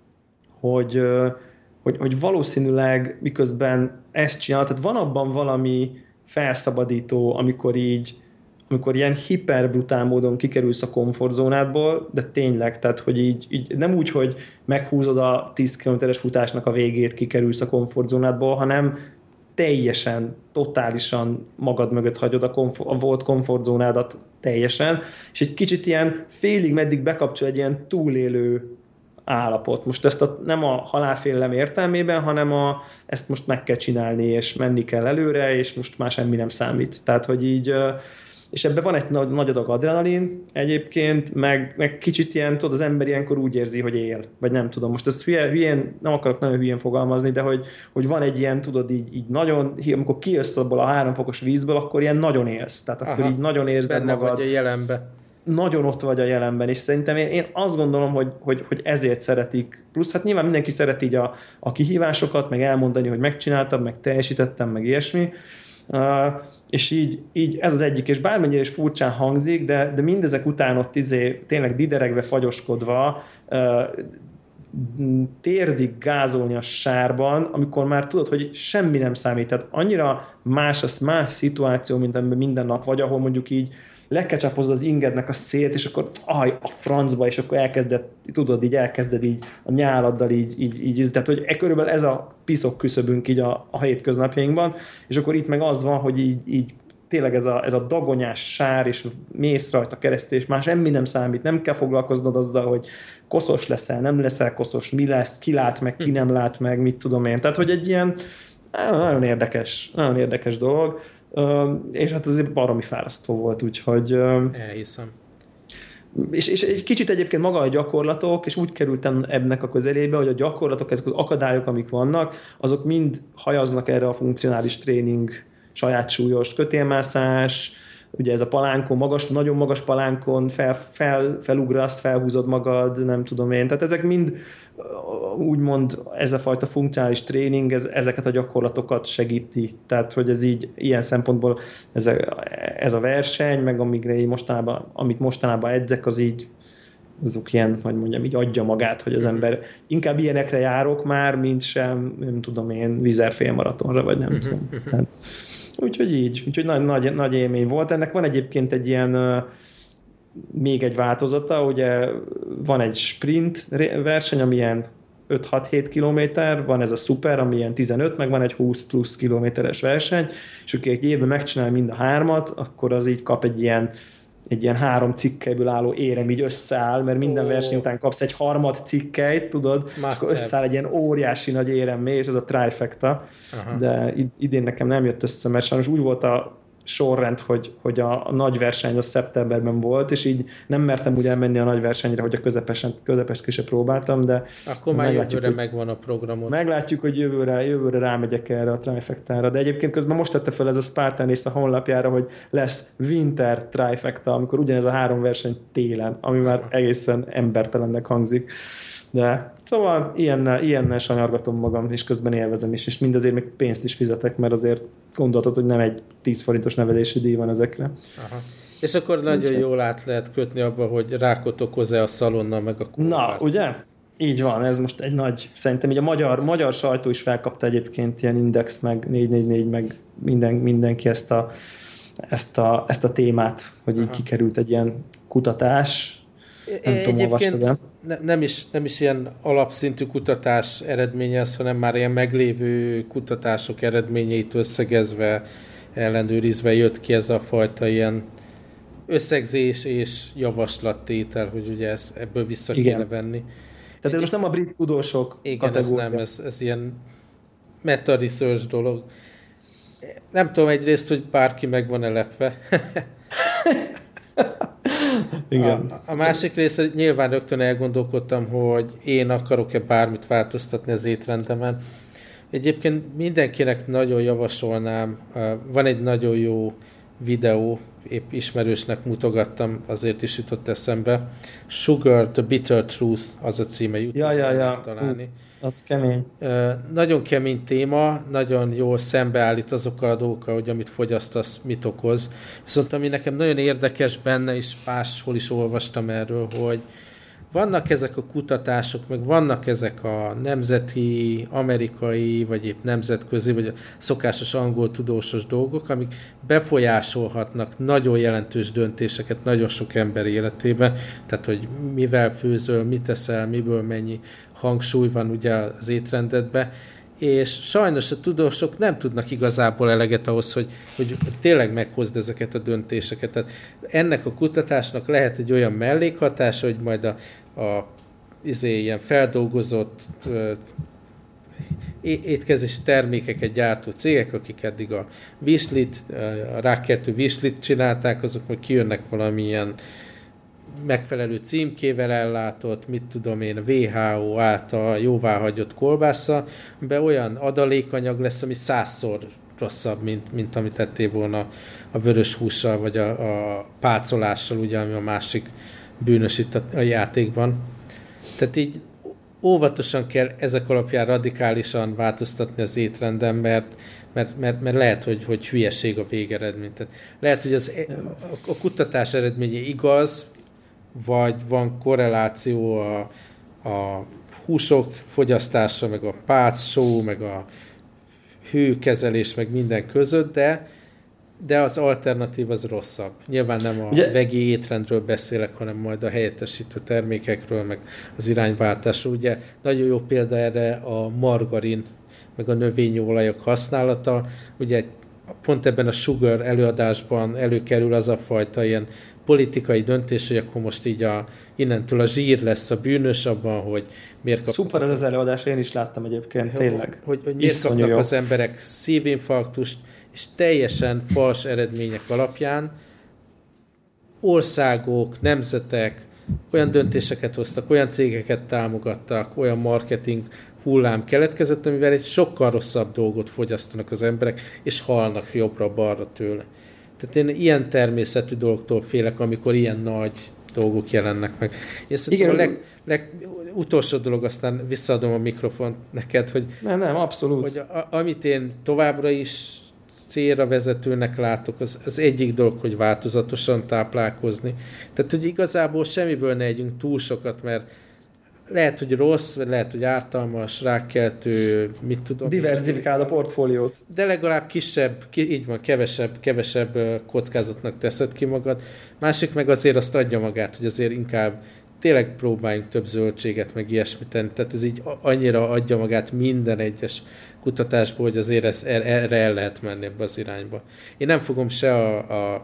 hogy, hogy, hogy valószínűleg miközben ezt csinál, tehát van abban valami felszabadító, amikor így amikor ilyen hiperbrutál módon kikerülsz a komfortzónádból, de tényleg, tehát hogy így, így nem úgy, hogy meghúzod a tíz kilométeres futásnak a végét, kikerülsz a komfortzónádból, hanem teljesen, totálisan magad mögött hagyod a, komfort, a volt komfortzónádat teljesen, és egy kicsit ilyen félig meddig bekapcsol egy ilyen túlélő állapot. Most ezt a, nem a halálfélelem értelmében, hanem a, ezt most meg kell csinálni, és menni kell előre, és most már semmi nem számít. Tehát, hogy így és ebben van egy nagy, nagy adag adrenalin egyébként, meg, meg kicsit ilyen, tudod, az ember ilyenkor úgy érzi, hogy él, vagy nem tudom. Most ezt hülye, hülyén, nem akarok nagyon hülyén fogalmazni, de hogy, hogy van egy ilyen, tudod, így, így nagyon, amikor kijössz abból a háromfokos vízből, akkor ilyen nagyon élsz. Tehát akkor Aha, így nagyon érzed benne magad. vagy a jelenbe. Nagyon ott vagy a jelenben, és szerintem én, én azt gondolom, hogy, hogy, hogy ezért szeretik. Plusz hát nyilván mindenki szereti így a, a kihívásokat, meg elmondani, hogy megcsináltam, meg teljesítettem, meg ilyesmi. Uh, és így, így ez az egyik, és bármennyire is furcsán hangzik, de, de mindezek után ott izé, tényleg dideregve, fagyoskodva uh, térdig gázolni a sárban, amikor már tudod, hogy semmi nem számít. Tehát annyira más az más szituáció, mint amiben minden nap vagy, ahol mondjuk így lekecsapozod az ingednek a szélt, és akkor aj, a francba, és akkor elkezded, tudod, így elkezded így a nyáladdal így, így, így tehát hogy e körülbelül ez a piszok küszöbünk így a, a hétköznapjainkban, és akkor itt meg az van, hogy így, így tényleg ez a, ez a dagonyás sár, és mész rajta keresztül, és már semmi nem számít, nem kell foglalkoznod azzal, hogy koszos leszel, nem leszel koszos, mi lesz, ki lát meg, ki nem lát meg, mit tudom én. Tehát, hogy egy ilyen nagyon érdekes, nagyon érdekes dolog, és hát azért baromi fárasztó volt, úgyhogy... Elhiszem. És, és egy kicsit egyébként maga a gyakorlatok, és úgy kerültem ennek a közelébe, hogy a gyakorlatok, ezek az akadályok, amik vannak, azok mind hajaznak erre a funkcionális tréning, saját súlyos kötélmászás, ugye ez a palánkon, magas, nagyon magas palánkon fel, fel, felugrasz, felhúzod magad, nem tudom én. Tehát ezek mind úgymond ez a fajta funkcionális tréning, ez, ezeket a gyakorlatokat segíti. Tehát, hogy ez így ilyen szempontból ez a, ez a verseny, meg amire így mostanában, amit mostanában edzek, az így azok ilyen, hogy mondjam, így adja magát, hogy az ember inkább ilyenekre járok már, mint sem, nem tudom én, vízerfélmaratonra, vagy nem tudom. Tehát, úgyhogy így, úgyhogy nagy, nagy, nagy élmény volt. Ennek van egyébként egy ilyen uh, még egy változata, ugye van egy sprint verseny, ami ilyen öt-hat-hét kilométer, van ez a szuper, ami ilyen tizenöt, meg van egy húsz plusz kilométeres verseny, és aki egy évben megcsinálja mind a hármat, akkor az így kap egy ilyen egy ilyen három cikkelyből álló érem így összeáll, mert minden oh. verseny után kapsz egy harmad cikkeit, tudod, Must és akkor összeáll egy ilyen óriási nagy éremmé, és ez a trifecta, uh-huh. de idén nekem nem jött össze, mert sajnos úgy volt a sorrend, hogy, hogy a, a nagy verseny az szeptemberben volt, és így nem mertem úgy elmenni a nagy versenyre, hogy a közepesen, közepest ki se próbáltam, de akkor már jövőre hogy, megvan a programod. Meglátjuk, hogy jövőre, jövőre rámegyek erre a trifectára, de egyébként közben most tette fel ez a Spartan Ace a honlapjára, hogy lesz winter trifecta, amikor ugyanez a három verseny télen, ami már egészen embertelennek hangzik. De szóval ilyennel, ilyennel sanyargatom magam, és közben élvezem is, és mindezért még pénzt is fizetek, mert azért gondoltad, hogy nem egy tíz forintos nevezési díj van ezekre. Aha. És akkor nagyon jól át lehet kötni abba, hogy rákot okoz-e a szalonna, meg a kórház. Na, ugye? Így van, ez most egy nagy, szerintem így a magyar, magyar sajtó is felkapta egyébként ilyen Index, meg négy négy négy, meg minden, mindenki ezt a, ezt, a, ezt a témát, hogy így Aha. kikerült egy ilyen kutatás. Nem é, tudom, olvastad ne, nem, is, nem is ilyen alapszintű kutatás eredménye ez, hanem már ilyen meglévő kutatások eredményeit összegezve, ellenőrizve jött ki ez a fajta ilyen összegzés és javaslattétel, hogy ugye ez, ebből vissza Igen. kéne venni. Tehát ez most nem a brit tudósok Igen, kategória. ez nem, ez, ez ilyen meta-research dolog. Nem tudom egyrészt, hogy bárki meg van-e lepve. Igen. A, a másik része, nyilván rögtön elgondolkodtam, hogy én akarok-e bármit változtatni az étrendemen. Egyébként mindenkinek nagyon javasolnám, van egy nagyon jó videó, épp ismerősnek mutogattam, azért is jutott eszembe. Sugar, the Bitter Truth az a címe, YouTube-on ja, ja, ja. találni. Az kemény. Nagyon kemény téma, nagyon jól szembeállít azokkal a dolgokkal, hogy amit fogyasztasz, mit okoz. Viszont ami nekem nagyon érdekes benne, és máshol is olvastam erről, hogy vannak ezek a kutatások, meg vannak ezek a nemzeti, amerikai, vagy épp nemzetközi, vagy a szokásos angol tudósos dolgok, amik befolyásolhatnak nagyon jelentős döntéseket nagyon sok ember életében, tehát hogy mivel főzöl, mit eszel, miből mennyi hangsúly van ugye az étrendedben, és sajnos a tudósok nem tudnak igazából eleget ahhoz, hogy, hogy tényleg meghozd ezeket a döntéseket. Tehát ennek a kutatásnak lehet egy olyan mellékhatása, hogy majd a, a izé, ilyen feldolgozott ö, étkezési termékeket gyártó cégek, akik eddig a Wishlit, a rákkeltő Wishlit csinálták, azok majd kijönnek valamilyen megfelelő címkével ellátott, mit tudom én, vé há ó által jóváhagyott kolbásza, amiben olyan adalékanyag lesz, ami százszor rosszabb, mint, mint amit tettél volna a vörös hússal, vagy a, a pácolással, ugye, ami a másik bűnös itt a, a játékban. Tehát így óvatosan kell ezek alapján radikálisan változtatni az étrenden, mert, mert, mert, mert lehet, hogy, hogy hülyeség a végeredmény. Tehát lehet, hogy az, a, a kutatás eredménye igaz, vagy van korreláció a, a húsok fogyasztása, meg a pác, só, meg a hőkezelés, meg minden között, de, de az alternatív az rosszabb. Nyilván nem a Ugye? vegi étrendről beszélek, hanem majd a helyettesítő termékekről, meg az irányváltásról. Ugye nagyon jó példa erre a margarin, meg a növényolajok használata. Ugye pont ebben a Sugar előadásban előkerül az a fajta ilyen politikai döntés, hogy akkor most így a, innentől a zsír lesz a bűnös abban, hogy miért kapnak... Szuper az az előadás, én is láttam egyébként, tényleg. Hogy, hogy miért kapnak jó. az emberek szívinfarktust, és teljesen fals eredmények alapján országok, nemzetek olyan döntéseket hoztak, olyan cégeket támogattak, olyan marketing hullám keletkezett, amivel egy sokkal rosszabb dolgot fogyasztanak az emberek, és halnak jobbra-balra tőle. Tehát én ilyen természetű dolgoktól félek, amikor ilyen nagy dolgok jelennek meg. Én szerintem a leg, leg, utolsó dolog, aztán visszaadom a mikrofont neked, hogy, nem, nem, abszolút. hogy a, amit én továbbra is célra vezetőnek látok, az, az egyik dolog, hogy változatosan táplálkozni. Tehát, hogy igazából semmiből ne együnk túl sokat, mert lehet, hogy rossz, vagy lehet, hogy ártalmas, rákkeltő, mit tudom. Diversifikáld a portfóliót. De legalább kisebb, ki, így van, kevesebb, kevesebb kockázatnak teszed ki magad. Másik meg azért azt adja magát, hogy azért inkább tényleg próbáljunk több zöldséget, meg ilyesmit tenni. Tehát ez így annyira adja magát minden egyes kutatásból, hogy azért ez, erre el lehet menni ebbe az irányba. Én nem fogom se a, a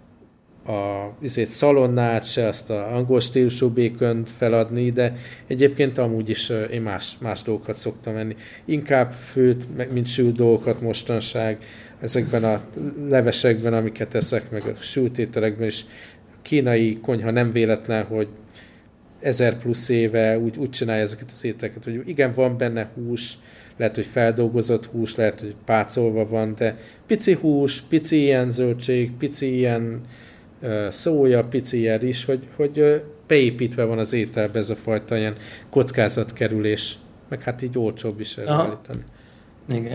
a izét, szalonnát, se azt a angol stílusú békönt feladni, de egyébként amúgy is én más, más dolgokat szoktam enni. Inkább főt, mint sült dolgokat mostanság, ezekben a levesekben, amiket eszek, meg a sült ételekben is. A kínai konyha nem véletlen, hogy ezer plusz éve úgy, úgy csinálja ezeket az ételeket, hogy igen, van benne hús, lehet, hogy feldolgozott hús, lehet, hogy pácolva van, de pici hús, pici ilyen zöldség, pici ilyen szója, pici ilyen is, hogy, hogy beépítve van az ételbe ez a fajta ilyen kockázatkerülés, meg hát így olcsóbb is előállítani. Igen.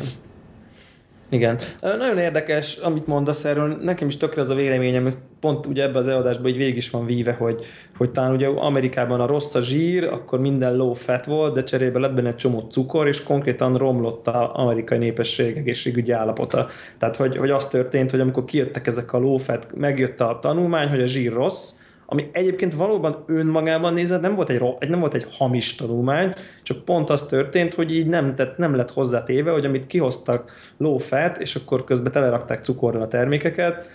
Igen. Nagyon érdekes, amit mondasz erről, nekem is tökre az a véleményem, ez pont ugye ebben az előadásban így végig is van víve, hogy, hogy talán ugye Amerikában a rossz a zsír, akkor minden low fat volt, de cserébe lett benne egy csomó cukor, és konkrétan romlott az amerikai népesség egészségügyi állapota. Tehát, hogy, hogy az történt, hogy amikor kijöttek ezek a low fat, megjött a tanulmány, hogy a zsír rossz, ami egyébként valóban önmagában nézve nem volt egy, nem volt egy hamis tanulmány, csak pont az történt, hogy így nem, tehát nem lett hozzátéve, hogy amit kihoztak low fat, és akkor közben telerakták cukorral a termékeket,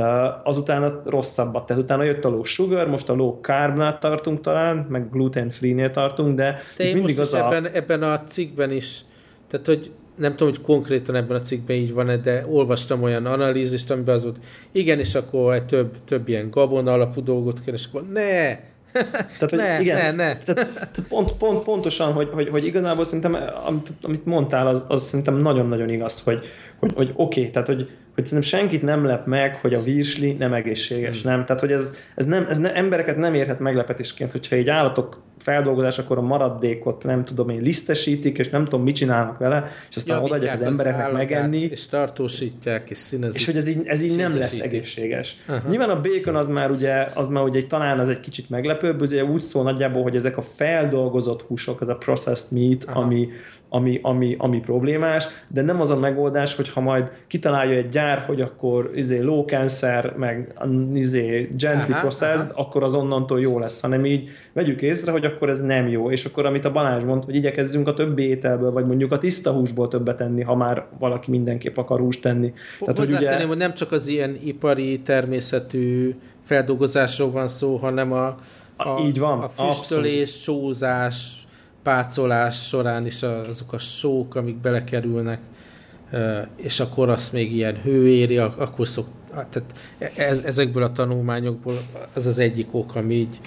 azután rosszabbat. Tehát utána jött a low sugar, most a low carbnál tartunk talán, meg gluten free-nél tartunk, de, de én mindig most az a... ebben, ebben a cikkben is, tehát hogy nem tudom, hogy konkrétan ebben a cikkben így van-e, de olvastam olyan analízist, amiben az volt, igen, és akkor egy több, több ilyen gabona alapú dolgot kell, és akkor ne! Tehát, ne, hogy igen, ne, ne. Tehát, tehát pont, pont, pontosan, hogy, hogy, hogy igazából szerintem, amit, amit mondtál, az, az szerintem nagyon-nagyon igaz, hogy, hogy, hogy oké, okay, tehát hogy, hogy szerintem senkit nem lep meg, hogy a virsli nem egészséges, hmm. nem? Tehát, hogy ez, ez, nem, ez ne, embereket nem érhet meglepetésként, hogyha egy állatok feldolgozás, akkor a maradékot nem tudom én lisztesítik, és nem tudom mit csinálnak vele, és aztán odaadják az embereknek az megenni. És tartósítják, és színezik. És hogy ez így, ez így nem lesz egészséges. Aha. Nyilván a bacon az már ugye, az már ugye talán az egy kicsit meglepőbb, ugye úgy szól nagyjából, hogy ezek a feldolgozott húsok, ez a processed meat, ami, ami, ami, ami problémás, de nem az a megoldás, hogy ha majd kitalálja egy gyár, hogy akkor izé low cancer, meg izé gently aha, processed, aha. akkor az onnantól jó lesz, hanem így vegyük észre, hogy akkor ez nem jó, és akkor amit a Balázs mond, hogy igyekezzünk a többi ételből, vagy mondjuk a tiszta húsból többet tenni, ha már valaki mindenképp akar húst tenni. Tehát, hogy ugye... hogy nem csak az ilyen ipari természetű feldolgozásról van szó, hanem a, a, így van, a füstölés, sózás, pácolás során is azok a sók, amik belekerülnek, és akkor azt még ilyen hő éri, akkor szok, tehát ez, ezekből a tanulmányokból az az egyik ok, ami így,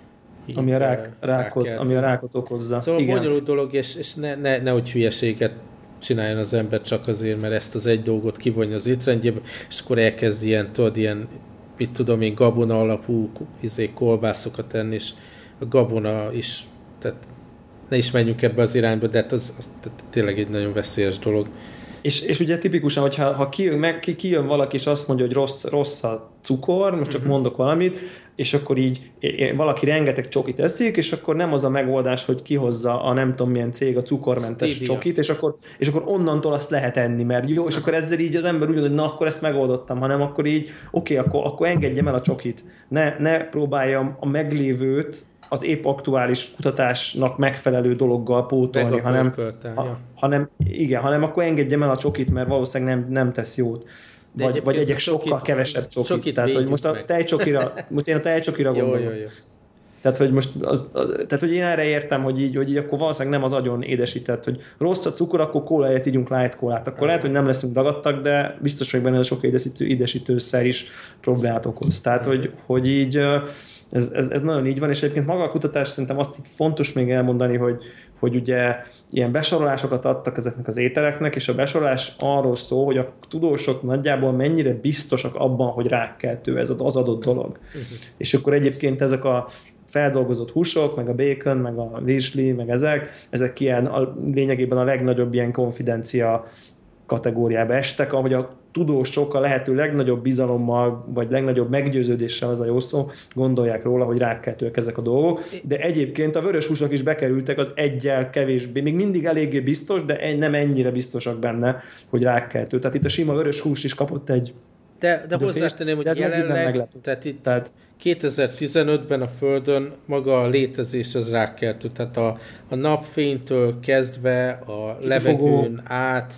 így ami, a rák, rákot, ami a rákot okozza. Szóval bonyolult dolog, és, és ne, ne, nehogy hülyeséget csináljon az ember csak azért, mert ezt az egy dolgot kivonja az étrendjéből, és akkor elkezd ilyen, tudod, ilyen, mit tudom én, gabona alapú izé, kolbászokat tenni, és a gabona is, tehát ne is menjünk ebbe az irányba, de hát az, az tehát tényleg egy nagyon veszélyes dolog. És, és ugye tipikusan, hogyha ha kijön, meg, ki, kijön valaki, és azt mondja, hogy rossz, rossz a cukor, most csak uh-huh. mondok valamit, és akkor így valaki rengeteg csokit eszik, és akkor nem az a megoldás, hogy kihozza a nem tudom milyen cég a cukormentes Stevia. Csokit, és akkor, és akkor onnantól azt lehet enni, mert jó, és akkor ezzel így az ember úgy hogy na, akkor ezt megoldottam, hanem akkor így, oké, okay, akkor, akkor engedjem el a csokit. Ne, ne próbáljam a meglévőt az épp aktuális kutatásnak megfelelő dologgal pótolni, hanem, ha, hanem, igen, hanem akkor engedjem el a csokit, mert valószínűleg nem, nem tesz jót. Vagy, vagy egyek sokkal kevesebb csokit. csokit tehát, hogy most a tejcsokira, most én a tejcsokira gondolom. Jó, jó, jó. Tehát, hogy most az, az, tehát, hogy én erre értem, hogy így, hogy így akkor valószínűleg nem az agyon édesített, hogy rossz a cukor, akkor kólaját ígyunk light kólát. Akkor lehet, hogy nem leszünk dagadtak, de biztos, hogy benne a sok édesítő, édesítőszer is problémát okoz. Tehát, hogy, hogy így Ez, ez, ez nagyon így van, és egyébként maga a kutatás szerintem azt fontos még elmondani, hogy, hogy ugye ilyen besorolásokat adtak ezeknek az ételeknek, és a besorolás arról szól, hogy a tudósok nagyjából mennyire biztosak abban, hogy rákkeltő ez az adott dolog. Uh-huh. És akkor egyébként ezek a feldolgozott húsok, meg a bacon, meg a rizsli, meg ezek, ezek ilyen a, lényegében a legnagyobb ilyen konfidencia kategóriába estek, ahogy a tudósok a lehető legnagyobb bizalommal, vagy legnagyobb meggyőződéssel, az a jó szó, gondolják róla, hogy rákkeltőek ezek a dolgok, de egyébként a vörös húsok is bekerültek az egyel kevésbé, még mindig eléggé biztos, de nem ennyire biztosak benne, hogy rákkeltő. Tehát itt a sima vörös hús is kapott egy De, de hozzátenném, hogy jelenleg, tehát itt tehát, kétezer-tizenötben a Földön maga a létezés az rákkeltő, tehát a, a napfénytől kezdve a levegőn át,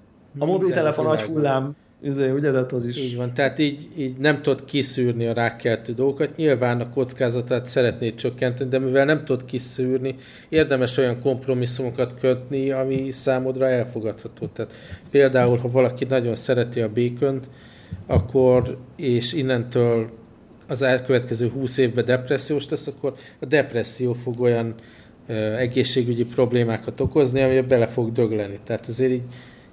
a mobiltelefon agyhullám, ugye, de az is. Így van, tehát így, így nem tudod kiszűrni a rákkeltő dolgokat. Nyilván a kockázatát szeretnéd csökkenteni, de mivel nem tudod kiszűrni, érdemes olyan kompromisszumokat kötni, ami számodra elfogadható. Tehát például, ha valaki nagyon szereti a bacont, akkor, és innentől az elkövetkező húsz évben depressziós lesz, akkor a depresszió fog olyan ö, egészségügyi problémákat okozni, ami bele fog dögleni. Tehát azért így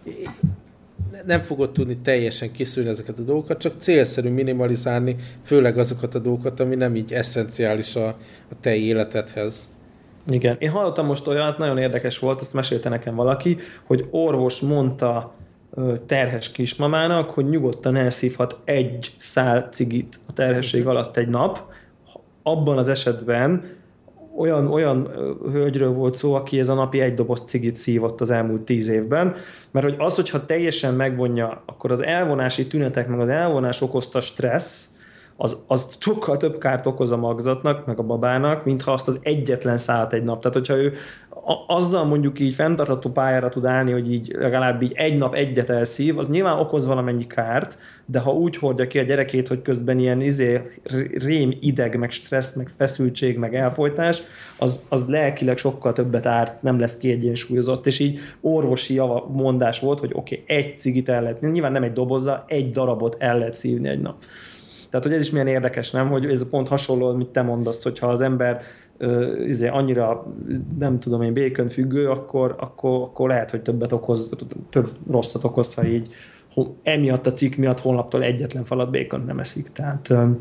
nem fogod tudni teljesen kiszűrni ezeket a dolgokat, csak célszerű minimalizálni, főleg azokat a dolgokat, ami nem így eszenciális a, a te életedhez. Igen. Én hallottam most olyat, nagyon érdekes volt, ezt mesélte nekem valaki, hogy orvos mondta terhes kismamának, hogy nyugodtan elszívhat egy szál cigit a terhesség alatt egy nap. Abban az esetben olyan, olyan hölgyről volt szó, aki ez a napi egy doboz cigit szívott az elmúlt tíz évben, mert hogy az, hogyha teljesen megvonja, akkor az elvonási tünetek, meg az elvonás okozta stressz, az, az sokkal több kárt okoz a magzatnak, meg a babának, mintha azt az egyetlen szállt egy nap. Tehát, hogyha ő azzal mondjuk így fenntartható pályára tud állni, hogy így legalább így egy nap egyet elszív, az nyilván okoz valamennyi kárt, de ha úgy hordja ki a gyerekét, hogy közben ilyen izé, rém, ideg, meg stressz, meg feszültség, meg elfojtás, az, az lelkileg sokkal többet árt, nem lesz kiegyensúlyozott, és így orvosi java mondás volt, hogy oké, okay, egy cigit el lehet, nyilván nem egy dobozza, egy darabot el lehet szívni egy nap. Tehát, hogy ez is milyen érdekes, nem? Hogy ez pont hasonló, amit te mondasz, hogyha az ember uh, izé, annyira, nem tudom én, bacon függő, akkor, akkor, akkor lehet, hogy többet okoz, több rosszat okoz, ha így emiatt a cikk miatt holnaptól egyetlen falat bacon nem eszik. Tehát, um,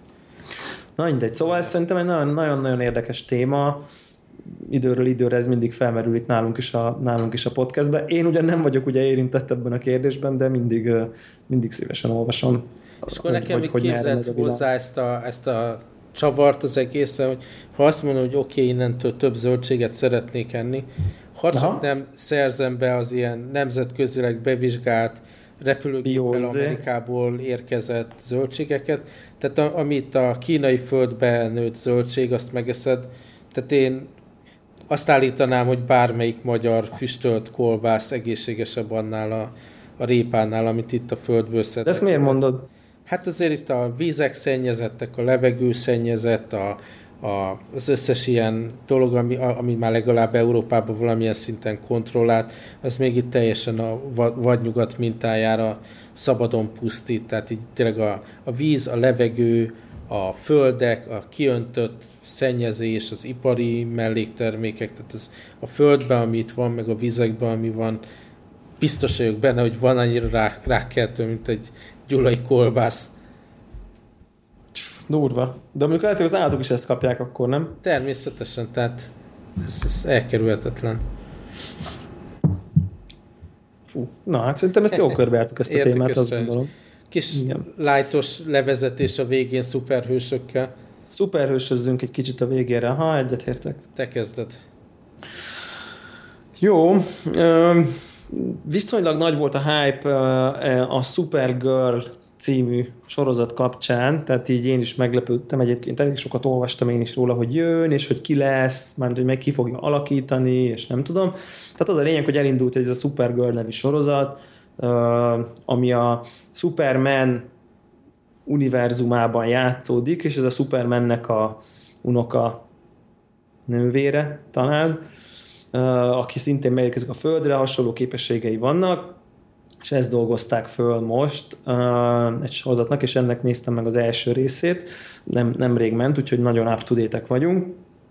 na mindegy. Szóval ez szerintem egy nagyon-nagyon érdekes téma. Időről időre ez mindig felmerül itt nálunk is a, nálunk is a podcastben. Én ugyan nem vagyok ugye érintett ebben a kérdésben, de mindig, uh, mindig szívesen olvasom. És akkor hogy, nekem még képzeld hozzá ezt a, ezt a csavart az egészen, hogy ha azt mondom, hogy oké, okay, innentől több zöldséget szeretnék enni, ha csak Aha. nem szerzem be az ilyen nemzetközileg bevizsgált repülőgéppel Amerikából érkezett zöldségeket, tehát a, amit a kínai földben nőtt zöldség, azt megeszed, tehát én azt állítanám, hogy bármelyik magyar füstölt kolbász egészségesebb annál a, a répánál, amit itt a földből szednek. De ezt miért mondod? Hát azért itt a vízek szennyezettek, a levegő szennyezett, a, a, az összes ilyen dolog, ami, ami már legalább Európában valamilyen szinten kontrollált, az még itt teljesen a vadnyugat mintájára szabadon pusztít, tehát így tényleg a, a víz, a levegő, a földek, a kiöntött szennyezés, az ipari melléktermékek, tehát az, a földben, ami itt van, meg a vizekben, ami van, biztos vagyok benne, hogy van annyira rá, rákkeltő, mint egy gyulai kolbász. Durva. De mondjuk lehet, hogy az állatok is ezt kapják akkor, nem? Természetesen, tehát ez, ez elkerülhetetlen. Fú. Na, hát szerintem ezt jól körbeártuk ezt a Érdekes témát, azt gondolom. Kis lightos levezetés a végén szuperhősökkel. Szuperhősözzünk egy kicsit a végére. Ha, egyetértek. Te kezded. Jó. Viszonylag nagy volt a hype a Supergirl című sorozat kapcsán, tehát így én is meglepődtem, egyébként elég sokat olvastam én is róla, hogy jön, és hogy ki lesz, mármint, hogy meg ki fogja alakítani, és nem tudom. Tehát az a lényeg, hogy elindult ez a Supergirl nevű sorozat, ami a Superman univerzumában játszódik, és ez a Supermannek a unoka nővére talán, aki szintén megérkezik a Földre, hasonló képességei vannak, és ezt dolgozták föl most uh, egy sorozatnak, és ennek néztem meg az első részét, nem, nemrég ment, úgyhogy nagyon up-to-date-ek vagyunk.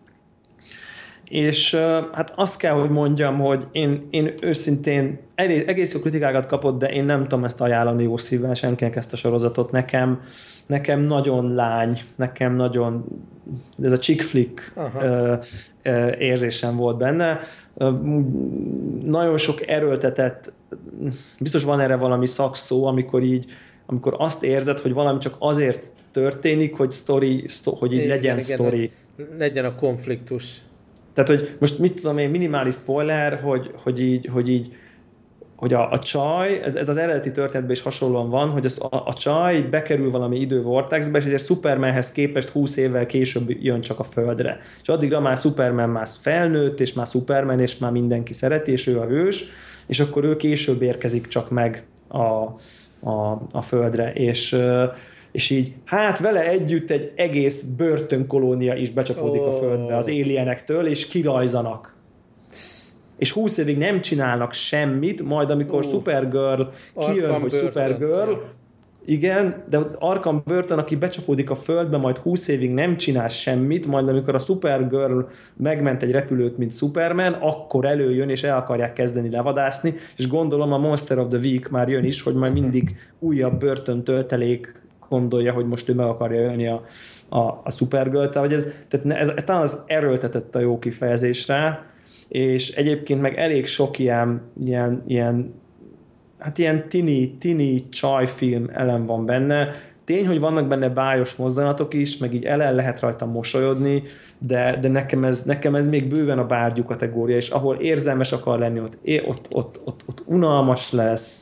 És uh, hát azt kell, hogy mondjam, hogy én, én őszintén egész, egész jó kritikákat kapott, de én nem tudom ezt ajánlani jó szívvel senkinek ezt a sorozatot. Nekem, nekem nagyon lány, nekem nagyon ez a chick flick uh, uh, érzésem volt benne. Uh, nagyon sok erőltetett, biztos van erre valami szakszó, amikor így, amikor azt érzed, hogy valami csak azért történik, hogy sztori, hogy így igen, legyen igen, sztori. Legyen a konfliktus. Tehát, hogy most mit tudom én, minimális spoiler, hogy, hogy így, hogy így hogy a, a csaj, ez, ez az eredeti történetben is hasonlóan van, hogy az, a, a csaj bekerül valami idő vortexbe, és ezért Supermanhez képest húsz évvel később jön csak a Földre. És addigra már Superman már felnőtt, és már Superman, és már mindenki szereti, és ő a hős, és akkor ő később érkezik csak meg a, a, a Földre. És, és így, hát vele együtt egy egész börtönkolónia is becsapódik oh. a Földre az alienektől, és kirajzanak. És húsz évig nem csinálnak semmit, majd amikor uh, Supergirl kijön, Arkham hogy Supergirl, igen, de Arkham Burton, aki becsapódik a Földbe, majd húsz évig nem csinál semmit, majd amikor a Supergirl megment egy repülőt, mint Superman, akkor előjön, és el akarják kezdeni levadászni, és gondolom a Monster of the Week már jön is, hogy majd mindig újabb Burton töltelék gondolja, hogy most ő meg akarja ölni a, a, a Supergirl-t. Tehát ez, tehát ez, ez talán az erőltetett a jó kifejezés rá, és egyébként meg elég sok ilyen, ilyen, ilyen hát ilyen tini, tini csajfilm elem van benne. Tény, hogy vannak benne bájos mozzanatok is, meg így el lehet rajta mosolyodni, de, de nekem, ez, nekem ez még bőven a bárgyú kategória, és ahol érzelmes akar lenni, ott, ott, ott, ott, ott unalmas lesz.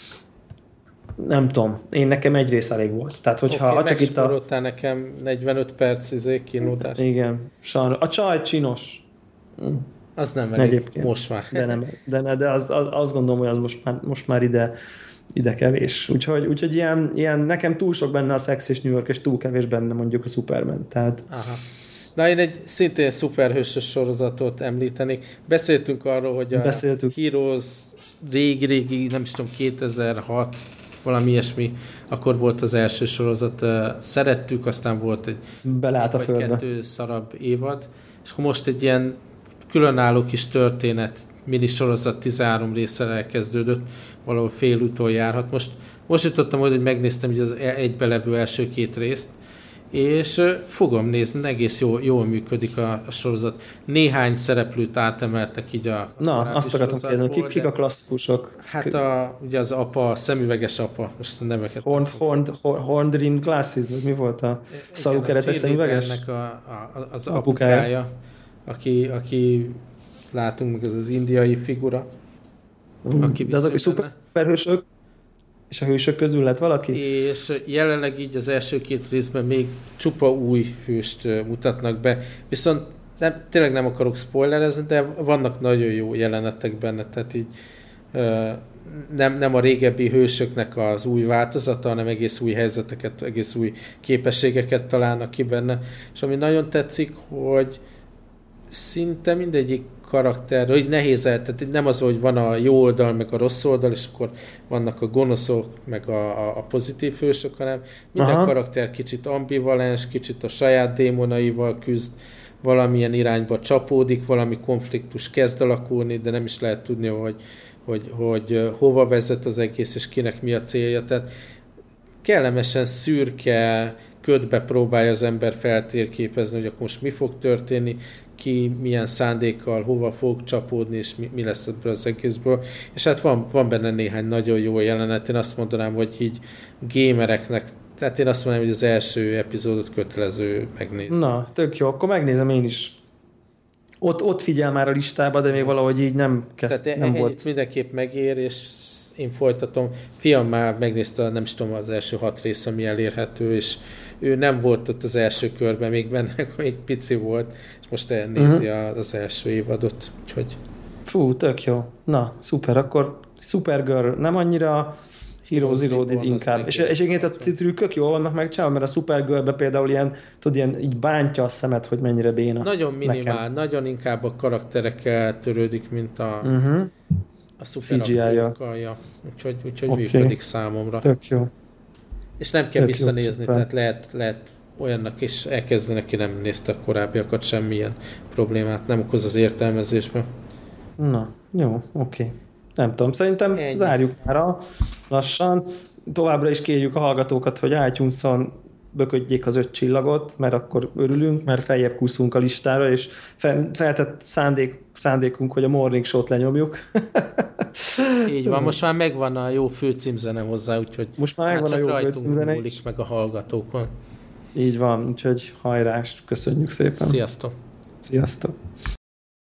Nem tudom, én nekem egy rész elég volt. Tehát, hogyha okay, csak itt a... nekem negyvenöt perc izé, kínódás. Igen, sajnos. A csaj csinos. Az nem elég, egyébként. Most már. De, nem, de, de az, az, azt gondolom, hogy az most már, most már ide, ide kevés. Úgyhogy, úgyhogy ilyen, ilyen, nekem túl sok benne a Sex és New York, és túl kevés benne mondjuk a Superman. Tehát... Aha. Na, én egy szintén szuperhősös sorozatot említenik. Beszéltünk arról, hogy a Beszéltük. Heroes régi-régi, nem is tudom, kétezer-hat, valami ilyesmi, akkor volt az első sorozat. Szerettük, aztán volt egy, Belát a vagy földbe. kettő szarabb évad, és akkor most egy ilyen különálló kis történet, minisorozat tizenhárom résszel elkezdődött, valahol félúton járhat. Most, most jutottam oda, hogy megnéztem így az egybelevő első két részt, és fogom nézni, egész jól, jól működik a, a sorozat. Néhány szereplőt átemeltek így a, a Na, azt akartam kérdezni, kik, kik a klasszikusok? Hát a, ugye az apa, a szemüveges apa, most a neveket. Horn, Horn, Horn, Horn Dream Glasses, mi volt a szalúkeretes szemüveges? A, a, az apukája. apukája. Aki, aki látunk, meg ez az indiai figura. Aki de azok szuperhősök, és a hősök közül lett valaki? És jelenleg így az első két részben még csupa új hőst mutatnak be. Viszont nem, tényleg nem akarok spoilerezni, de vannak nagyon jó jelenetek benne, tehát így nem, nem a régebbi hősöknek az új változata, hanem egész új helyzeteket, egész új képességeket találnak ki benne. És ami nagyon tetszik, hogy szinte mindegyik karakter, hogy nehéz el, tehát nem az, hogy van a jó oldal, meg a rossz oldal, és akkor vannak a gonoszok, meg a, a, a pozitív hősök, hanem minden Aha. karakter kicsit ambivalens, kicsit a saját démonaival küzd, valamilyen irányba csapódik, valami konfliktus kezd alakulni, de nem is lehet tudni, hogy, hogy, hogy hova vezet az egész, és kinek mi a célja. Tehát kellemesen szürke ködbe próbálja az ember feltérképezni, hogy akkor most mi fog történni, ki milyen szándékkal, hova fog csapódni, és mi, mi lesz ebből az egészből. És hát van, van benne néhány nagyon jó jelenet. Én azt mondanám, hogy így gamereknek, tehát én azt mondanám, hogy az első epizódot kötelező megnézni. Na, tök jó, akkor megnézem én is. Ott, ott figyel már a listába, de még valahogy így nem kezd, tehát nem én, volt. Itt mindenképp megér, és én folytatom. Fiam már megnézte, nem is tudom, az első hat rész, ami elérhető, és ő nem volt ott az első körben, még benne, még pici volt, és most elnézi uh-huh. az első évadot, úgyhogy... Fú, tök jó. Na, szuper, akkor Supergirl nem annyira, Hero Zero inkább. És, és egyébként a citrükök jól vannak megcsinálva, mert a Supergirlbe például ilyen, tudod, ilyen így bántja a szemet, hogy mennyire béna. Nagyon minimál, nekem. Nagyon inkább a karakterekkel törődik, mint a, uh-huh. a szuperakciókkal. Ja. Úgyhogy, úgyhogy okay. működik számomra. Tök jó. És nem kell Tök visszanézni, jó, tehát lehet, lehet olyannak is elkezdeni, aki nem nézte a korábbiakat, semmilyen problémát nem okoz az értelmezésben. Na, jó, oké. Okay. Nem tudom, szerintem Ennyi. Zárjuk már a lassan. Továbbra is kérjük a hallgatókat, hogy iTunes-on böködjék az öt csillagot, mert akkor örülünk, mert feljebb kúszunk a listára, és fel, feltett szándék, szándékunk, hogy a Morning Show-t lenyomjuk. Így van, most már megvan a jó főcímzene hozzá, úgyhogy most már megvan a jó főcímzene is. Meg a hallgatókon. Így van, úgyhogy hajrá, köszönjük szépen. Sziasztok! Sziasztok!